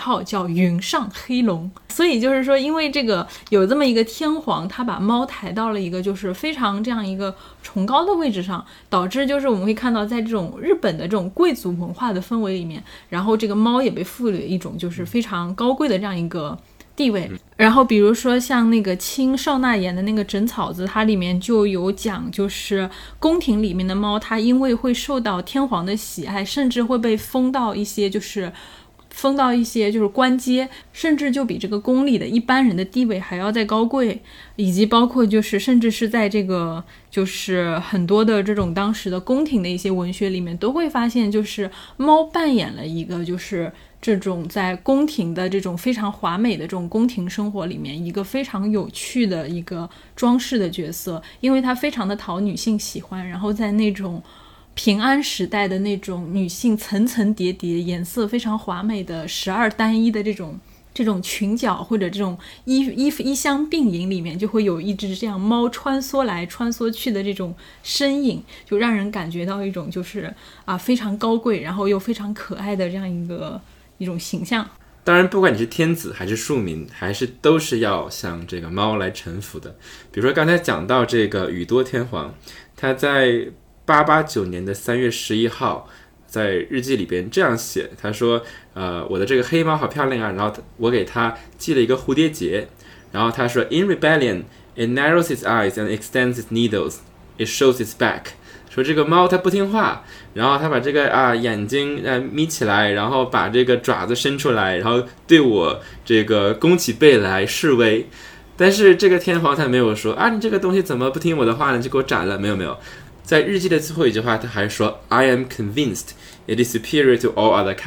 叫云上黑龙。所以就是说，因为这个有这么一个天皇，他把猫抬到了一个就是非常这样一个崇高的位置上，导致就是我们会看到在这种日本的这种贵族文化的氛围里面，然后这个猫也被赋予了一种就是非常高贵的这样一个地位。然后比如说像那个青少纳言的那个枕草子，它里面就有讲，就是宫廷里面的猫，它因为会受到天皇的喜爱，甚至会被封到一些就是官阶，甚至就比这个宫里的一般人的地位还要再高贵，以及包括就是甚至是在这个就是很多的这种当时的宫廷的一些文学里面都会发现，就是猫扮演了一个就是这种在宫廷的这种非常华美的这种宫廷生活里面一个非常有趣的一个装饰的角色，因为它非常的讨女性喜欢，然后在那种平安时代的那种女性层层叠叠颜色非常华美的12单衣的这种裙角或者这种衣香鬓影里面，就会有一只这样猫穿梭来穿梭去的这种身影，就让人感觉到一种就是非常高贵然后又非常可爱的这样一种形象。 当然不管你是天子还是庶民，还是都是要向这个猫来臣服的。比如说刚才讲到这个宇多天皇，他在889年的3月11号在日记里边这样写，他说我的这个黑猫好漂亮啊，然后我给他系了一个蝴蝶结，然后他说 In rebellion it narrows its eyes and extends its needles, it shows its back， 说这个猫它不听话，然后它把这个眼睛眯起来，然后把这个爪子伸出来，然后对我这个弓起背来示威。但是这个天皇他没有说你这个东西怎么不听我的话呢，就给我斩了，没有，在日记的最后一句话他还说 I am convinced it is superior to all other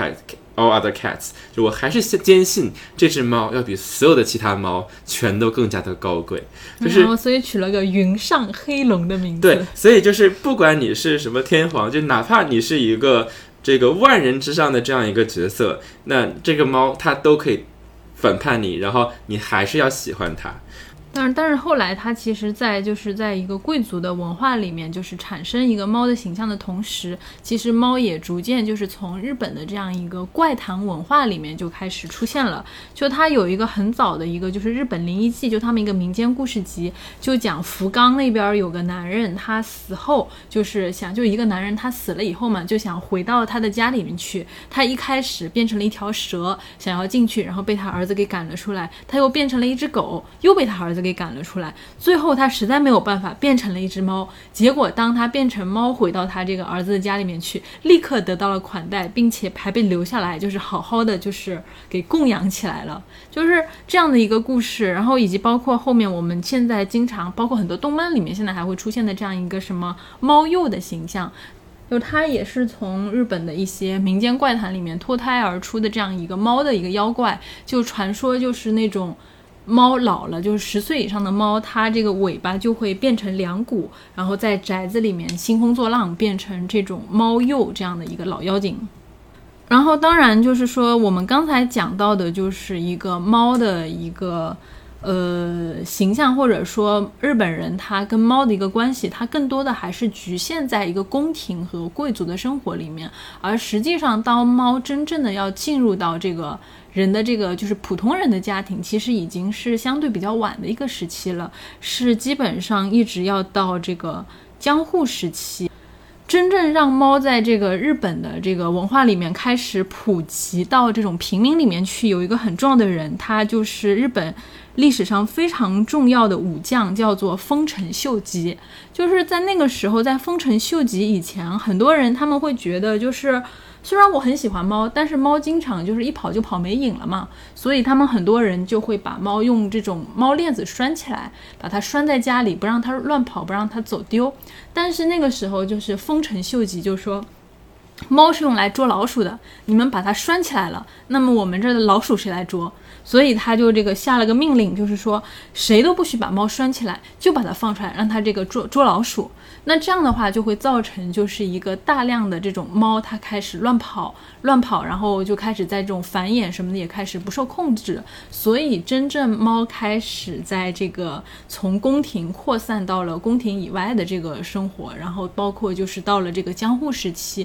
cats， 就我还是坚信这只猫要比所有的其他猫全都更加的高贵，就是然后所以取了个云上黑龙的名字。 对，所以就是不管你是什么天皇，就哪怕你是一个这个万人之上的这样一个角色，那这个猫它都可以反叛你，然后你还是要喜欢它。 但是后来它其实就是在一个贵族的文化里面，就是产生一个猫的形象的同时，其实猫也逐渐就是从日本的这样一个怪谈文化里面就开始出现了。就它有一个很早的一个就是日本灵异记，就他们一个民间故事集，就讲福冈那边有个男人，他死后就是就一个男人他死了以后嘛，就想回到他的家里面去。他一开始变成了一条蛇，想要进去，然后被他儿子给赶了出来。他又变成了一只狗，又被他儿子给赶了出来。最后他实在没有办法变成了一只猫，结果当他变成猫回到他这个儿子的家里面去，立刻得到了款待，并且还被留下来，就是好好的就是给供养起来了，就是这样的一个故事。然后以及包括后面我们现在经常包括很多动漫里面现在还会出现的这样一个什么猫鼬的形象，就它也是从日本的一些民间怪谈里面脱胎而出的这样一个猫的一个妖怪。就传说就是那种猫老了，就是10岁以上的猫，它这个尾巴就会变成两股，然后在宅子里面兴风作浪，变成这种猫鼬这样的一个老妖精。然后当然就是说我们刚才讲到的就是一个猫的一个形象，或者说日本人他跟猫的一个关系，它更多的还是局限在一个宫廷和贵族的生活里面。而实际上当猫真正的要进入到这个人的这个就是普通人的家庭，其实已经是相对比较晚的一个时期了，是基本上一直要到这个江户时期，真正让猫在这个日本的这个文化里面开始普及到这种平民里面去，有一个很重要的人，他就是日本历史上非常重要的武将，叫做丰臣秀吉。就是在那个时候，在丰臣秀吉以前，很多人他们会觉得就是虽然我很喜欢猫，但是猫经常就是一跑就跑没影了嘛，所以他们很多人就会把猫用这种猫链子拴起来，把它拴在家里，不让它乱跑，不让它走丢。但是那个时候就是丰臣秀吉就说，猫是用来捉老鼠的，你们把它拴起来了，那么我们这的老鼠谁来捉？所以他就这个下了个命令，就是说谁都不许把猫拴起来，就把它放出来，让它这个捉老鼠。那这样的话就会造成就是一个大量的这种猫它开始乱跑，然后就开始在这种繁衍什么的也开始不受控制。所以真正猫开始在这个从宫廷扩散到了宫廷以外的这个生活，然后包括就是到了这个江户时期，因为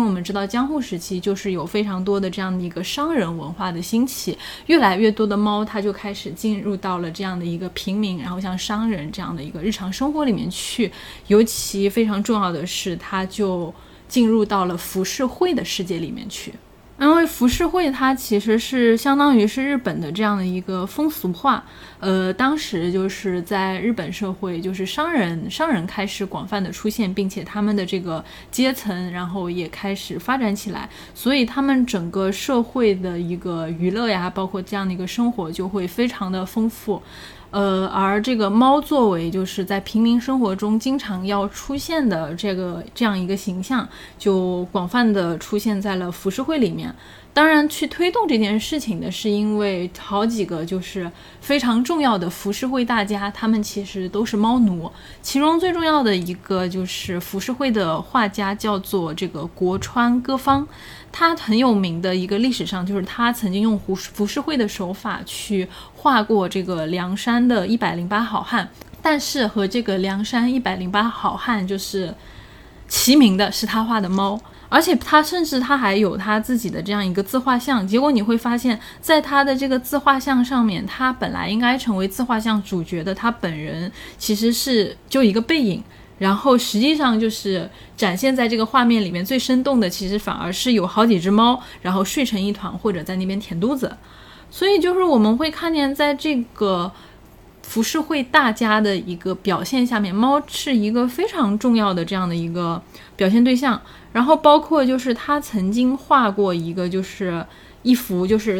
为我们知道江户时期就是有非常多的这样的一个商人文化的兴起，越来越多的猫它就开始进入到了这样的一个平民，然后像商人这样的一个日常生活里面去。尤其非常重要的是，它就进入到了浮世绘的世界里面去。因为浮世绘它其实是相当于是日本的这样的一个风俗画，当时就是在日本社会，就是商人开始广泛的出现，并且他们的这个阶层然后也开始发展起来，所以他们整个社会的一个娱乐呀，包括这样的一个生活就会非常的丰富。而这个猫作为就是在平民生活中经常要出现的这样一个形象，就广泛的出现在了浮世绘里面。当然去推动这件事情的是因为好几个就是非常重要的浮世绘大家，他们其实都是猫奴。其中最重要的一个就是浮世绘的画家叫做这个国川歌方，他很有名的一个历史上就是他曾经用浮世绘的手法去画过这个梁山的108好汉，但是和这个梁山108好汉就是齐名的是他画的猫，而且甚至他还有他自己的这样一个自画像。结果你会发现在他的这个自画像上面，他本来应该成为自画像主角的他本人其实是就一个背影，然后实际上就是展现在这个画面里面最生动的其实反而是有好几只猫然后睡成一团或者在那边舔肚子。所以就是我们会看见在这个浮世绘大家的一个表现下面，猫是一个非常重要的这样的一个表现对象。然后包括就是他曾经画过一个就是一幅就是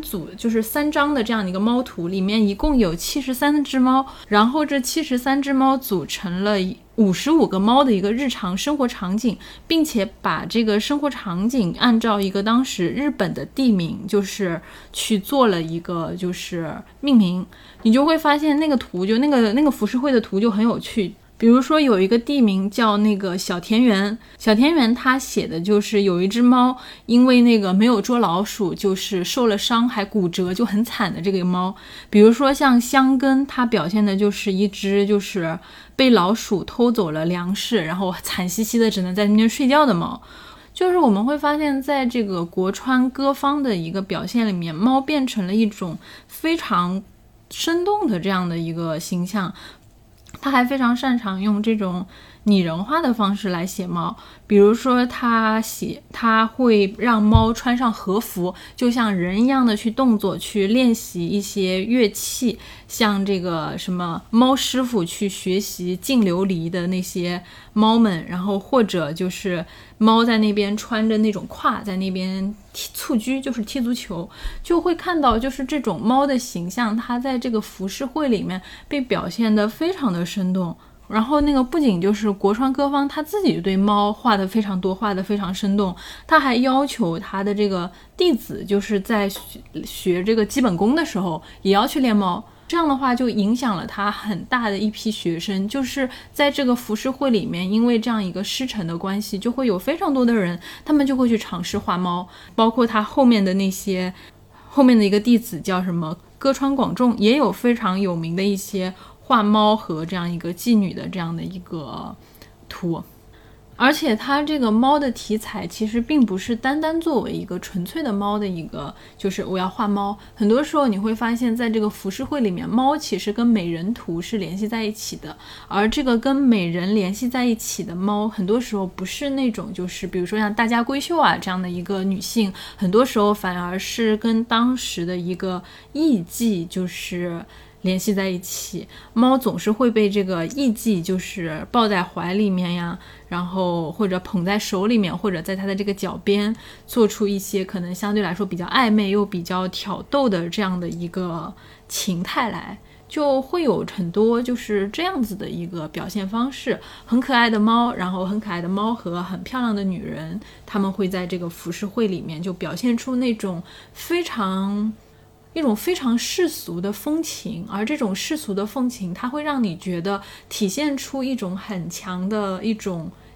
3张的这样的一个猫图，里面一共有73只猫，然后这73只猫组成了55个猫的一个日常生活场景，并且把这个生活场景按照一个当时日本的地名就是去做了一个就是命名。你就会发现那个图就那个浮世绘的图就很有趣。比如说有一个地名叫那个小田园，小田园它写的就是有一只猫因为那个没有捉老鼠就是受了伤还骨折就很惨的这个猫。比如说像香根，它表现的就是一只就是被老鼠偷走了粮食然后惨兮兮的只能在那边睡觉的猫。就是我们会发现在这个国川歌方的一个表现里面，猫变成了一种非常生动的这样的一个形象。他还非常擅长用这种拟人化的方式来写猫，比如说他会让猫穿上和服，就像人一样的去动作，去练习一些乐器，像这个什么猫师傅去学习净琉璃的那些猫们，然后或者就是猫在那边穿着那种胯在那边蹴鞠，就是踢足球，就会看到就是这种猫的形象，它在这个浮世绘里面被表现得非常的生动。然后那个不仅就是国川歌方他自己对猫画的非常多，画的非常生动，他还要求他的这个弟子就是在学这个基本功的时候也要去练猫。这样的话就影响了他很大的一批学生，就是在这个浮世绘里面，因为这样一个师承的关系，就会有非常多的人他们就会去尝试画猫。包括他后面的一个弟子叫什么歌川广重，也有非常有名的一些画猫和这样一个妓女的这样的一个图。而且它这个猫的题材其实并不是单单作为一个纯粹的猫的一个就是我要画猫，很多时候你会发现在这个浮世绘里面，猫其实跟美人图是联系在一起的，而这个跟美人联系在一起的猫很多时候不是那种就是比如说像大家闺秀啊这样的一个女性，很多时候反而是跟当时的一个艺妓就是联系在一起。猫总是会被这个艺妓就是抱在怀里面呀，然后或者捧在手里面，或者在它的这个脚边做出一些可能相对来说比较暧昧又比较挑逗的这样的一个情态来，就会有很多就是这样子的一个表现方式。很可爱的猫，然后很可爱的猫和很漂亮的女人，他们会在这个浮世绘里面就表现出那种一种非常世俗的风情，而这种世俗的风情它会让你觉得体现出一种很强的一种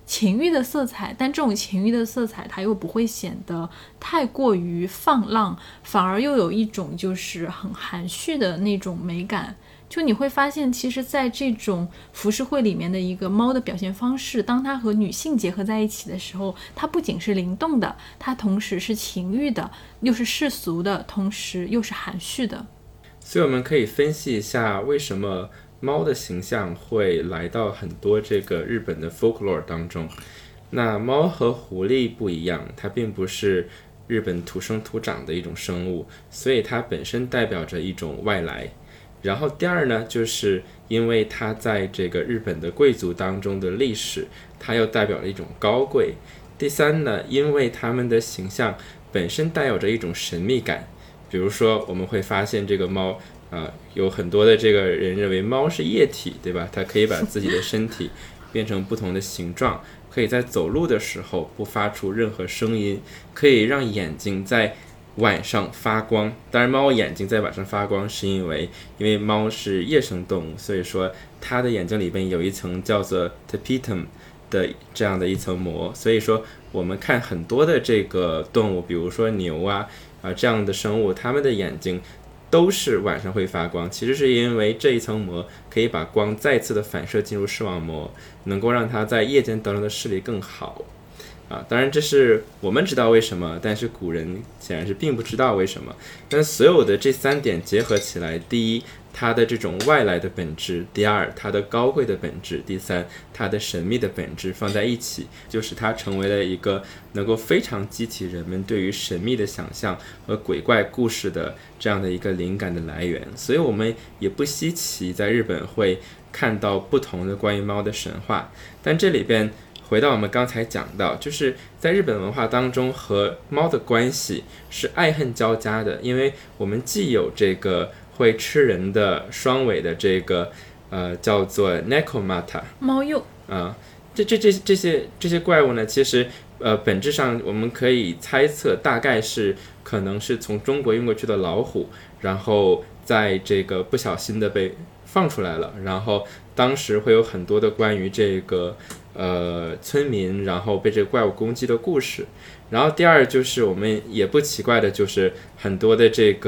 情欲的色彩，但这种情欲的色彩它又不会显得太过于放浪，反而又有一种就是很含蓄的那种美感。就你会发现，其实在这种浮世绘里面的一个猫的表现方式，当它和女性结合在一起的时候，它不仅是灵动的，它同时是情欲的，又是世俗的，同时又是含蓄的。 所以我们可以分析一下为什么猫的形象会来到很多这个日本的 folklore 当中。那猫和狐狸不一样，它并不是日本土生土长的一种生物，所以它本身代表着一种外来。然后第二呢，就是因为它在这个日本的贵族当中的历史，它又代表了一种高贵。第三呢，因为它们的形象本身带有着一种神秘感。比如说我们会发现这个猫有很多的这个人认为猫是液体，对吧？它可以把自己的身体变成不同的形状，可以在走路的时候不发出任何声音，可以让眼睛在晚上发光。当然猫眼睛在晚上发光是因为猫是夜生动物，所以说它的眼睛里边有一层叫做 tapetum 的这样的一层膜。所以说我们看很多的这个动物，比如说牛这样的生物，它们的眼睛都是晚上会发光，其实是因为这一层膜可以把光再次的反射进入视网膜，能够让它在夜间当中的视力更好。当然这是我们知道为什么，但是古人显然是并不知道为什么。但所有的这三点结合起来，第一，它的这种外来的本质；第二，它的高贵的本质；第三，它的神秘的本质放在一起，就是它成为了一个能够非常激起人们对于神秘的想象和鬼怪故事的这样的一个灵感的来源。所以我们也不稀奇在日本会看到不同的关于猫的神话。但这里边回到我们刚才讲到，就是在日本文化当中和猫的关系是爱恨交加的，因为我们既有这个会吃人的双尾的这个叫做 Nekomata 猫鼬这些怪物呢，其实本质上我们可以猜测大概是可能是从中国运过去的老虎，然后在这个不小心的被放出来了，然后当时会有很多的关于这个村民然后被这个怪物攻击的故事。然后第二就是我们也不奇怪的就是很多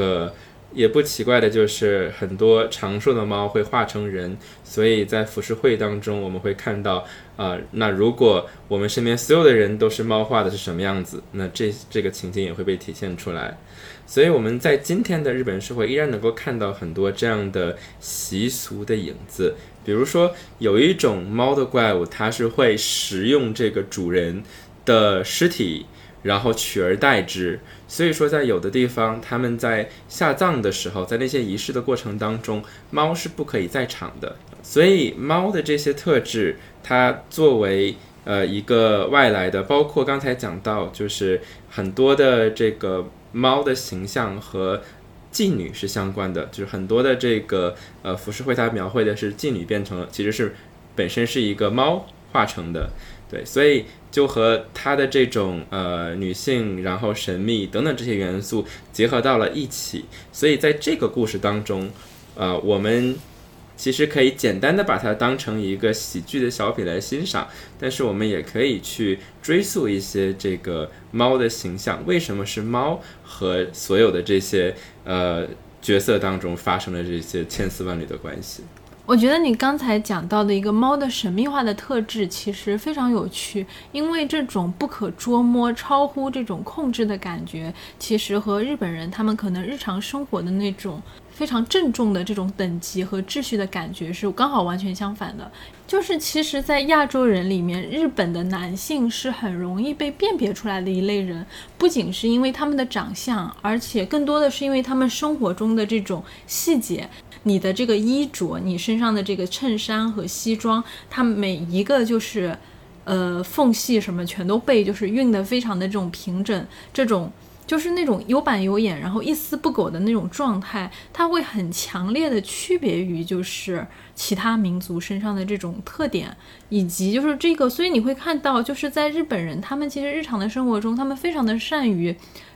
长寿的猫会化成人，所以在浮世绘当中我们会看到那如果我们身边所有的人都是猫化的是什么样子，那这个情景也会被体现出来。所以我们在今天的日本社会依然能够看到很多这样的习俗的影子。比如说有一种猫的怪物，它是会食用这个主人的尸体然后取而代之，所以说在有的地方他们在下葬的时候，在那些仪式的过程当中，猫是不可以在场的。所以猫的这些特质，它作为一个外来的，包括刚才讲到就是很多的这个猫的形象和妓女是相关的，就是很多的这个浮世绘它描绘的是妓女变成了其实是本身是一个猫化成的。对，所以就和它的这种女性然后神秘等等这些元素结合到了一起。所以在这个故事当中我们其实可以简单的把它当成一个喜剧的小品来欣赏，但是我们也可以去追溯一些这个猫的形象，为什么是猫和所有的这些角色当中发生了这些千丝万缕的关系。 我觉得你刚才讲到的一个猫的神秘化的特质其实非常有趣，因为这种不可捉摸超乎这种控制的感觉，其实和日本人他们可能日常生活的那种非常郑重的这种等级和秩序的感觉是刚好完全相反的。就是其实在亚洲人里面，日本的男性是很容易被辨别出来的一类人，不仅是因为他们的长相，而且更多的是因为他们生活中的这种细节。你的这个衣着，你身上的这个衬衫和西装，它每一个就是缝隙什么全都被就是熨得非常的这种平整，这种就是那种有板有眼然后一丝不苟的那种状态，它会很强烈的区别于就是其他民族身上的这种特点，以及就是这个，所以你会看到就是在日本人他们其实日常的生活中，他们非常的善于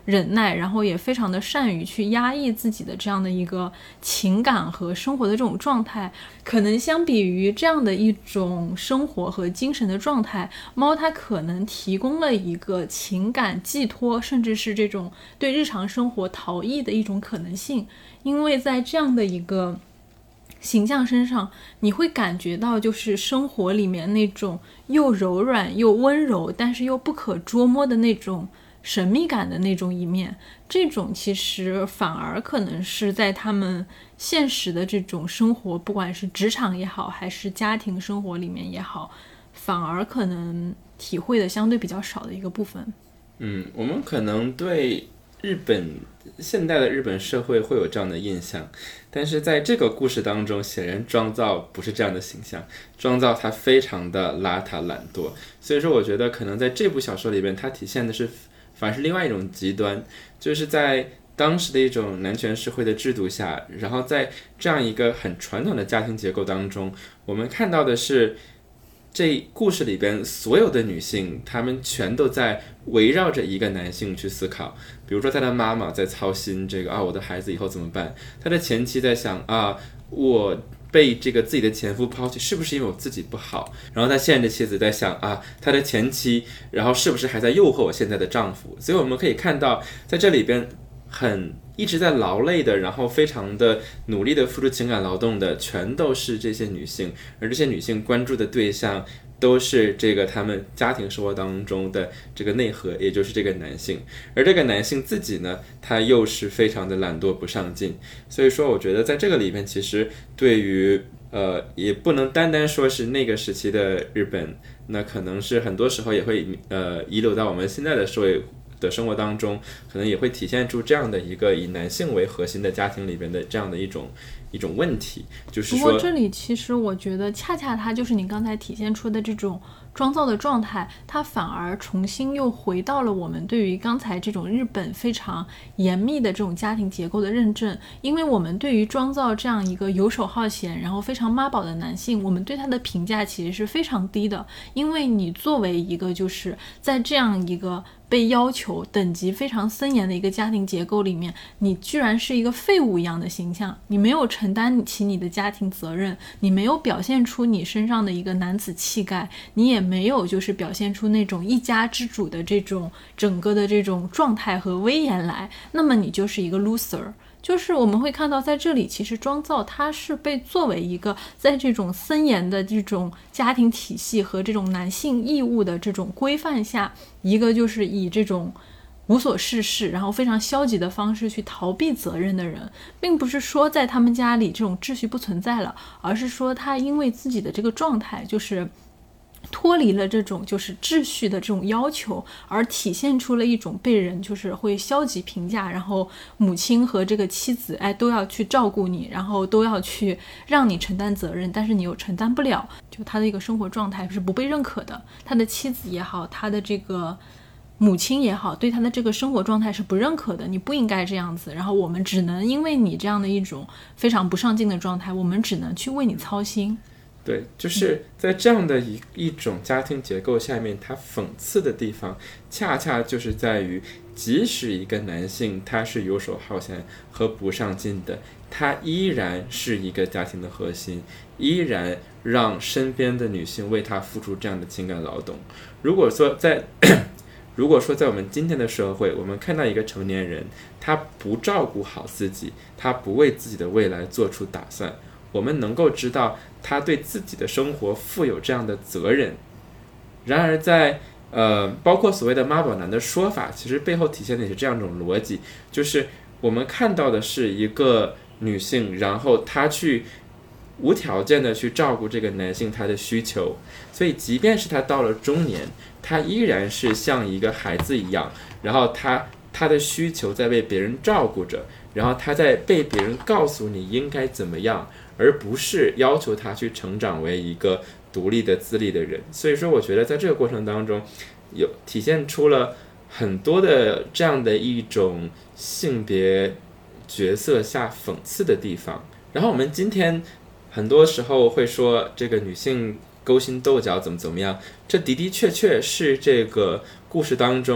忍耐，然后也非常的善于去压抑自己的这样的一个情感和生活的这种状态。可能相比于这样的一种生活和精神的状态，猫它可能提供了一个情感寄托，甚至是这种对日常生活逃逸的一种可能性。因为在这样的一个形象身上，你会感觉到就是生活里面那种又柔软又温柔，但是又不可捉摸的那种神秘感的那种一面。这种其实反而可能是在他们现实的这种生活，不管是职场也好，还是家庭生活里面也好，反而可能体会的相对比较少的一个部分。 我们可能对现代的日本社会会有这样的印象，但是在这个故事当中，显然庄造不是这样的形象。庄造他非常的邋遢懒惰，所以说我觉得可能在这部小说里边，它体现的是反而是另外一种极端，就是在当时的一种男权社会的制度下，然后在这样一个很传统的家庭结构当中，我们看到的是这故事里边所有的女性，她们全都在围绕着一个男性去思考。比如说她的妈妈在操心这个我的孩子以后怎么办，她的前妻在想我被这个自己的前夫抛弃，是不是因为我自己不好？然后她现任的妻子在想她的前妻然后是不是还在诱惑我现在的丈夫？所以我们可以看到在这里边一直在劳累的，然后非常的努力的付出情感劳动的，全都是这些女性，而这些女性关注的对象都是这个他们家庭生活当中的这个内核，也就是这个男性。而这个男性自己呢，他又是非常的懒惰不上进。所以说我觉得在这个里面，其实对于也不能单单说是那个时期的日本，那可能是很多时候也会遗留到我们现在的社会的生活当中，可能也会体现出这样的一个以男性为核心的家庭里边的这样的一种问题，就是说。 不过这里其实我觉得恰恰它就是你刚才体现出的这种妆造的状态，它反而重新又回到了我们对于刚才这种日本非常严密的这种家庭结构的认证。因为我们对于妆造这样一个游手好闲然后非常妈宝的男性，我们对他的评价其实是非常低的。因为你作为一个就是在这样一个被要求等级非常森严的一个家庭结构里面，你居然是一个废物一样的形象，你没有承担起你的家庭责任，你没有表现出你身上的一个男子气概，你也没有就是表现出那种一家之主的这种整个的这种状态和威严来，那么你就是一个 loser。就是我们会看到在这里其实妆造它是被作为一个在这种森严的这种家庭体系和这种男性义务的这种规范下，一个就是以这种无所事事然后非常消极的方式去逃避责任的人。并不是说在他们家里这种秩序不存在了，而是说他因为自己的这个状态就是脱离了这种就是秩序的这种要求，而体现出了一种被人就是会消极评价，然后母亲和这个妻子都要去照顾你，然后都要去让你承担责任，但是你又承担不了，就他的一个生活状态是不被认可的。他的妻子也好，他的这个母亲也好，对他的这个生活状态是不认可的，你不应该这样子，然后我们只能因为你这样的一种非常不上进的状态，我们只能去为你操心。 对，就是在这样的一种家庭结构下面，它讽刺的地方恰恰就是在于，即使一个男性他是游手好闲和不上进的，他依然是一个家庭的核心，依然让身边的女性为他付出这样的情感劳动。如果说在我们今天的社会，我们看到一个成年人他不照顾好自己，他不为自己的未来做出打算，我们能够知道他对自己的生活负有这样的责任。然而在包括所谓的妈宝男的说法，其实背后体现的也是这样一种逻辑，就是我们看到的是一个女性，然后她去无条件的去照顾这个男性他的需求，所以即便是他到了中年，他依然是像一个孩子一样，然后他的需求在被别人照顾着，然后他在被别人告诉你应该怎么样，而不是要求他去成长为一个独立的自立的人。所以说我觉得在这个过程当中有体现出了很多的这样的一种性别角色下讽刺的地方。然后我们今天很多时候会说这个女性勾心斗角怎么样，这的确是这个故事当中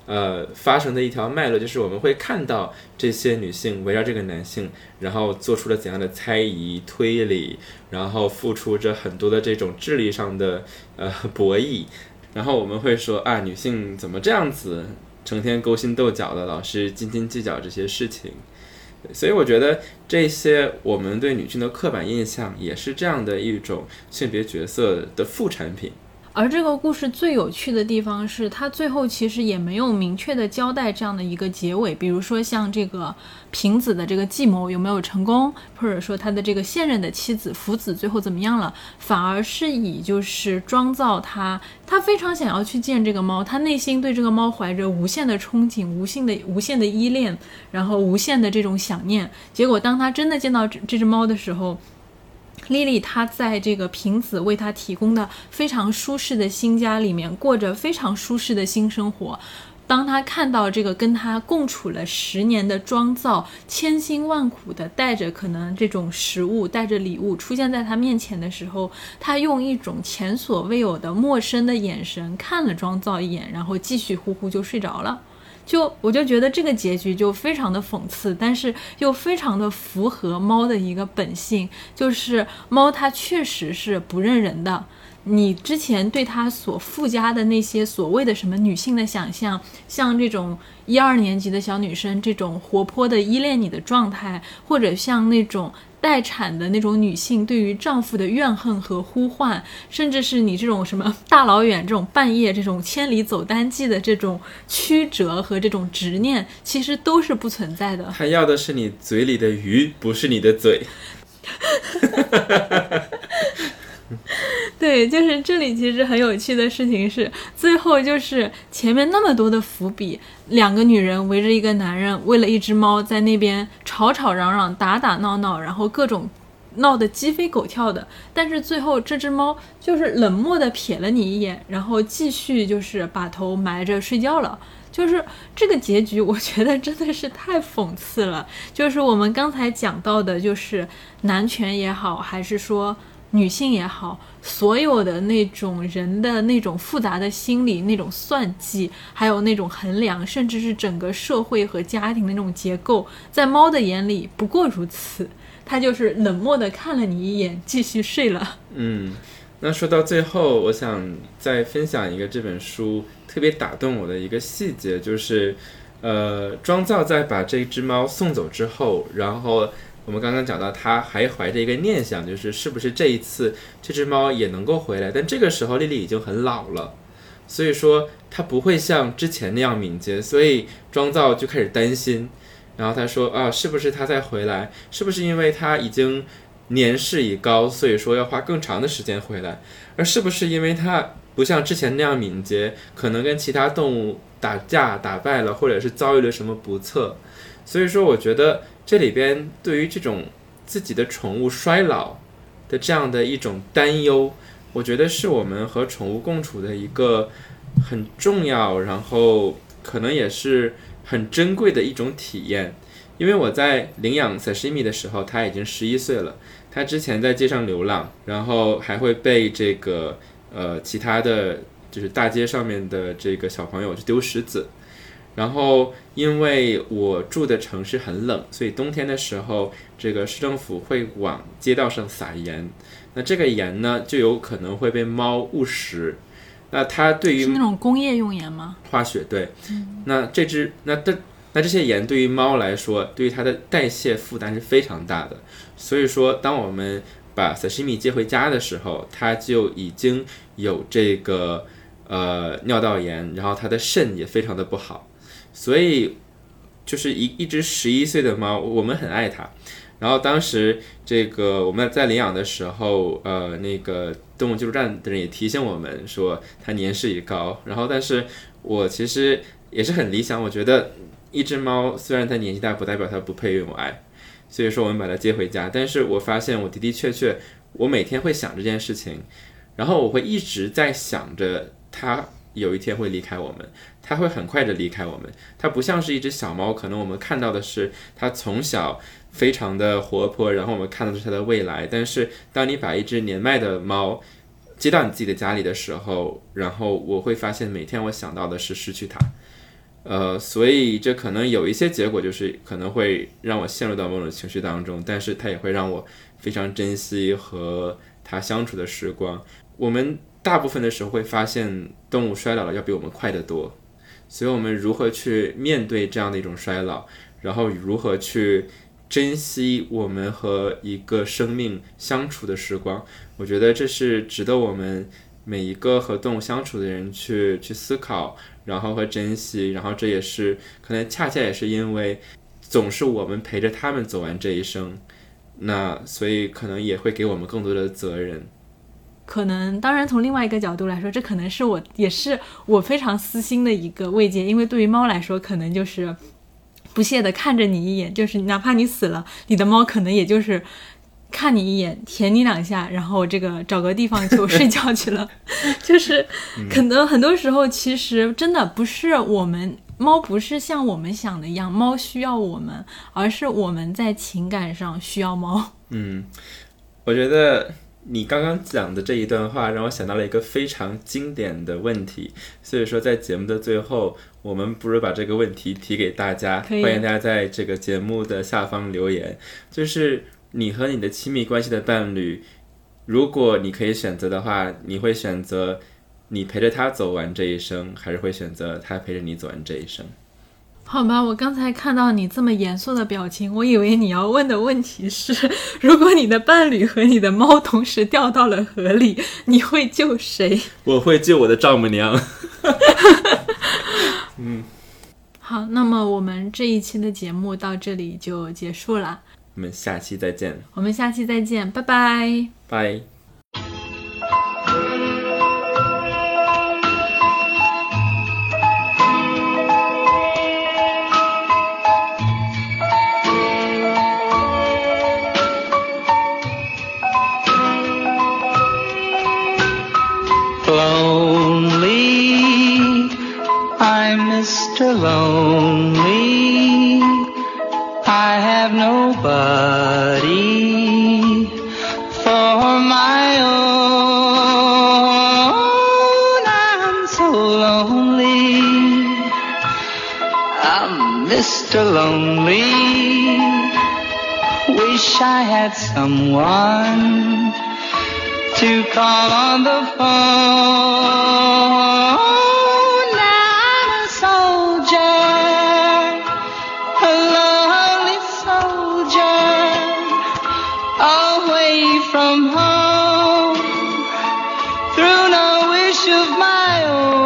发生的一条脉络，就是我们会看到这些女性围绕这个男性，然后做出了怎样的猜疑推理，然后付出着很多的这种智力上的博弈，然后我们会说啊，女性怎么这样子，成天勾心斗角的，老是斤斤计较这些事情。所以我觉得这些我们对女性的刻板印象也是这样的一种性别角色的副产品。 而这个故事最有趣的地方是，它最后其实也没有明确的交代这样的一个结尾，比如说像这个平子的这个计谋有没有成功，或者说他的这个现任的妻子福子最后怎么样了，反而是以就是庄造他非常想要去见这个猫，他内心对这个猫怀着无限的憧憬，无限的依恋，然后无限的这种想念。结果当他真的见到这只猫的时候，莉莉她在这个平子为她提供的非常舒适的新家里面过着非常舒适的新生活。当她看到这个跟她共处了10年的庄造千辛万苦的带着可能这种食物带着礼物出现在她面前的时候，她用一种前所未有的陌生的眼神看了庄造一眼，然后继续呼呼就睡着了。我就觉得这个结局就非常的讽刺，但是又非常的符合猫的一个本性，就是猫它确实是不认人的。你之前对它所附加的那些所谓的什么女性的想象，像这种1、2年级的小女生这种活泼的依恋你的状态，或者像那种待产的那种女性对于丈夫的怨恨和呼唤，甚至是你这种什么大老远这种半夜这种千里走单骑的这种曲折和这种执念，其实都是不存在的。 他要的是你嘴里的鱼，不是你的嘴。 对，就是这里其实很有趣的事情是，最后就是前面那么多的伏笔，2个女人围着一个男人，为了一只猫在那边吵吵嚷嚷打打闹闹，然后各种闹得鸡飞狗跳的，但是最后这只猫就是冷漠地瞥了你一眼，然后继续就是把头埋着睡觉了。就是这个结局我觉得真的是太讽刺了，就是我们刚才讲到的，就是男权也好，还是说女性也好，所有的那种人的那种复杂的心理，那种算计，还有那种衡量，甚至是整个社会和家庭的那种结构，在猫的眼里不过如此，它就是冷漠地看了你一眼，继续睡了。 那说到最后，我想再分享一个这本书特别打动我的一个细节，就是庄造在把这只猫送走之后，然后我们刚刚讲到他还怀着一个念想，就是是不是这一次这只猫也能够回来，但这个时候莉莉已经很老了，所以说他不会像之前那样敏捷，所以庄造就开始担心，然后他说啊，是不是他再回来，是不是因为他已经年事已高，所以说要花更长的时间回来，而是不是因为他不像之前那样敏捷，可能跟其他动物打架打败了，或者是遭遇了什么不测。所以说我觉得这里边对于这种自己的宠物衰老的这样的一种担忧，我觉得是我们和宠物共处的一个很重要，然后可能也是很珍贵的一种体验。因为我在领养 Sashimi 的时候，他已经11岁了，他之前在街上流浪，然后还会被这个其他的就是大街上面的这个小朋友去丢石子，然后因为我住的城市很冷，所以冬天的时候这个市政府会往街道上撒盐，那这个盐呢就有可能会被猫误食，那它对于是那种工业用盐吗？ 化学，对，那这些盐对于猫来说，对于它的代谢负担是非常大的，所以说当我们把 Sashimi 接回家的时候，它就已经有这个尿道炎，然后它的肾也非常的不好，所以就是一只11岁的猫，我们很爱它。然后当时这个我们在领养的时候，那个动物救助站的人也提醒我们说它年事已高，然后但是我其实也是很理想，我觉得一只猫虽然它年纪大，不代表它不配拥有爱，所以说我们把它接回家。但是我发现我的确，我每天会想这件事情，然后我会一直在想着它有一天会离开我们，它会很快的离开我们。它不像是一只小猫，可能我们看到的是它从小非常的活泼，然后我们看到的是它的未来。但是当你把一只年迈的猫接到你自己的家里的时候，然后我会发现每天我想到的是失去它。 所以这可能有一些结果就是可能会让我陷入到某种情绪当中，但是它也会让我非常珍惜和它相处的时光。我们大部分的时候会发现动物衰老了要比我们快得多，所以我们如何去面对这样的一种衰老，然后如何去珍惜我们和一个生命相处的时光，我觉得这是值得我们每一个和动物相处的人去思考，然后和珍惜，然后这也是可能恰恰也是因为总是我们陪着他们走完这一生，那所以可能也会给我们更多的责任。 可能当然从另外一个角度来说，这可能是也是我非常私心的一个慰藉，因为对于猫来说可能就是不屑的看着你一眼，就是哪怕你死了，你的猫可能也就是看你一眼，舔你两下，然后这个找个地方就睡觉去了。就是可能很多时候其实真的不是猫不是像我们想的一样，猫需要我们，而是我们在情感上需要猫。 我觉得你刚刚讲的这一段话让我想到了一个非常经典的问题，所以说在节目的最后，我们不如把这个问题提给大家，欢迎大家在这个节目的下方留言，就是你和你的亲密关系的伴侣，如果你可以选择的话，你会选择你陪着他走完这一生，还是会选择他陪着你走完这一生？ 好吧，我刚才看到你这么严肃的表情，我以为你要问的问题是，如果你的伴侣和你的猫同时掉到了河里，你会救谁？ 我会救我的丈母娘。 好，那么我们这一期的节目到这里就结束了， 我们下期再见。 拜拜。 拜。 Lonely, I'm Mr. Lonely, I have nobody for my own. I'm so lonely, I'm Mr. Lonely, wish I had someone to call on the phone. I'm a soldier, a lonely soldier, away from home, through no wish of my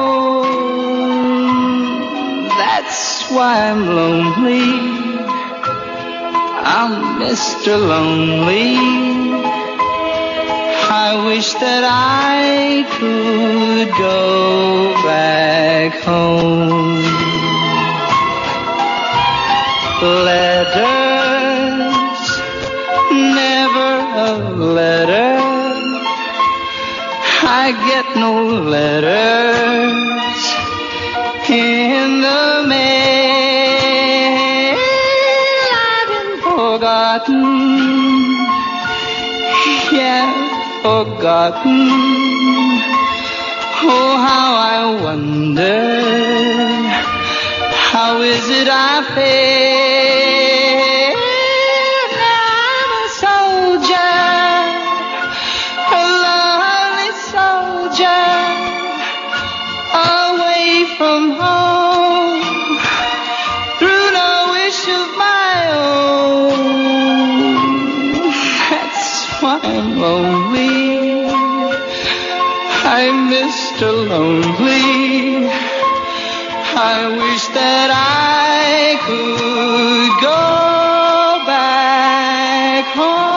own. That's why I'm lonely, I'm Mr. Lonely. I wish that I could go back home. Letters, never a letter, I get no letters in the mail. I've been forgotten, yeah, forgotten. Oh, how I wonder, how is it I fare? I'm a soldier, a lonely soldier, away from home, through no wish of my own. That's why I'm lonely, I'm Mr. Lonely. I wish that I could go back home.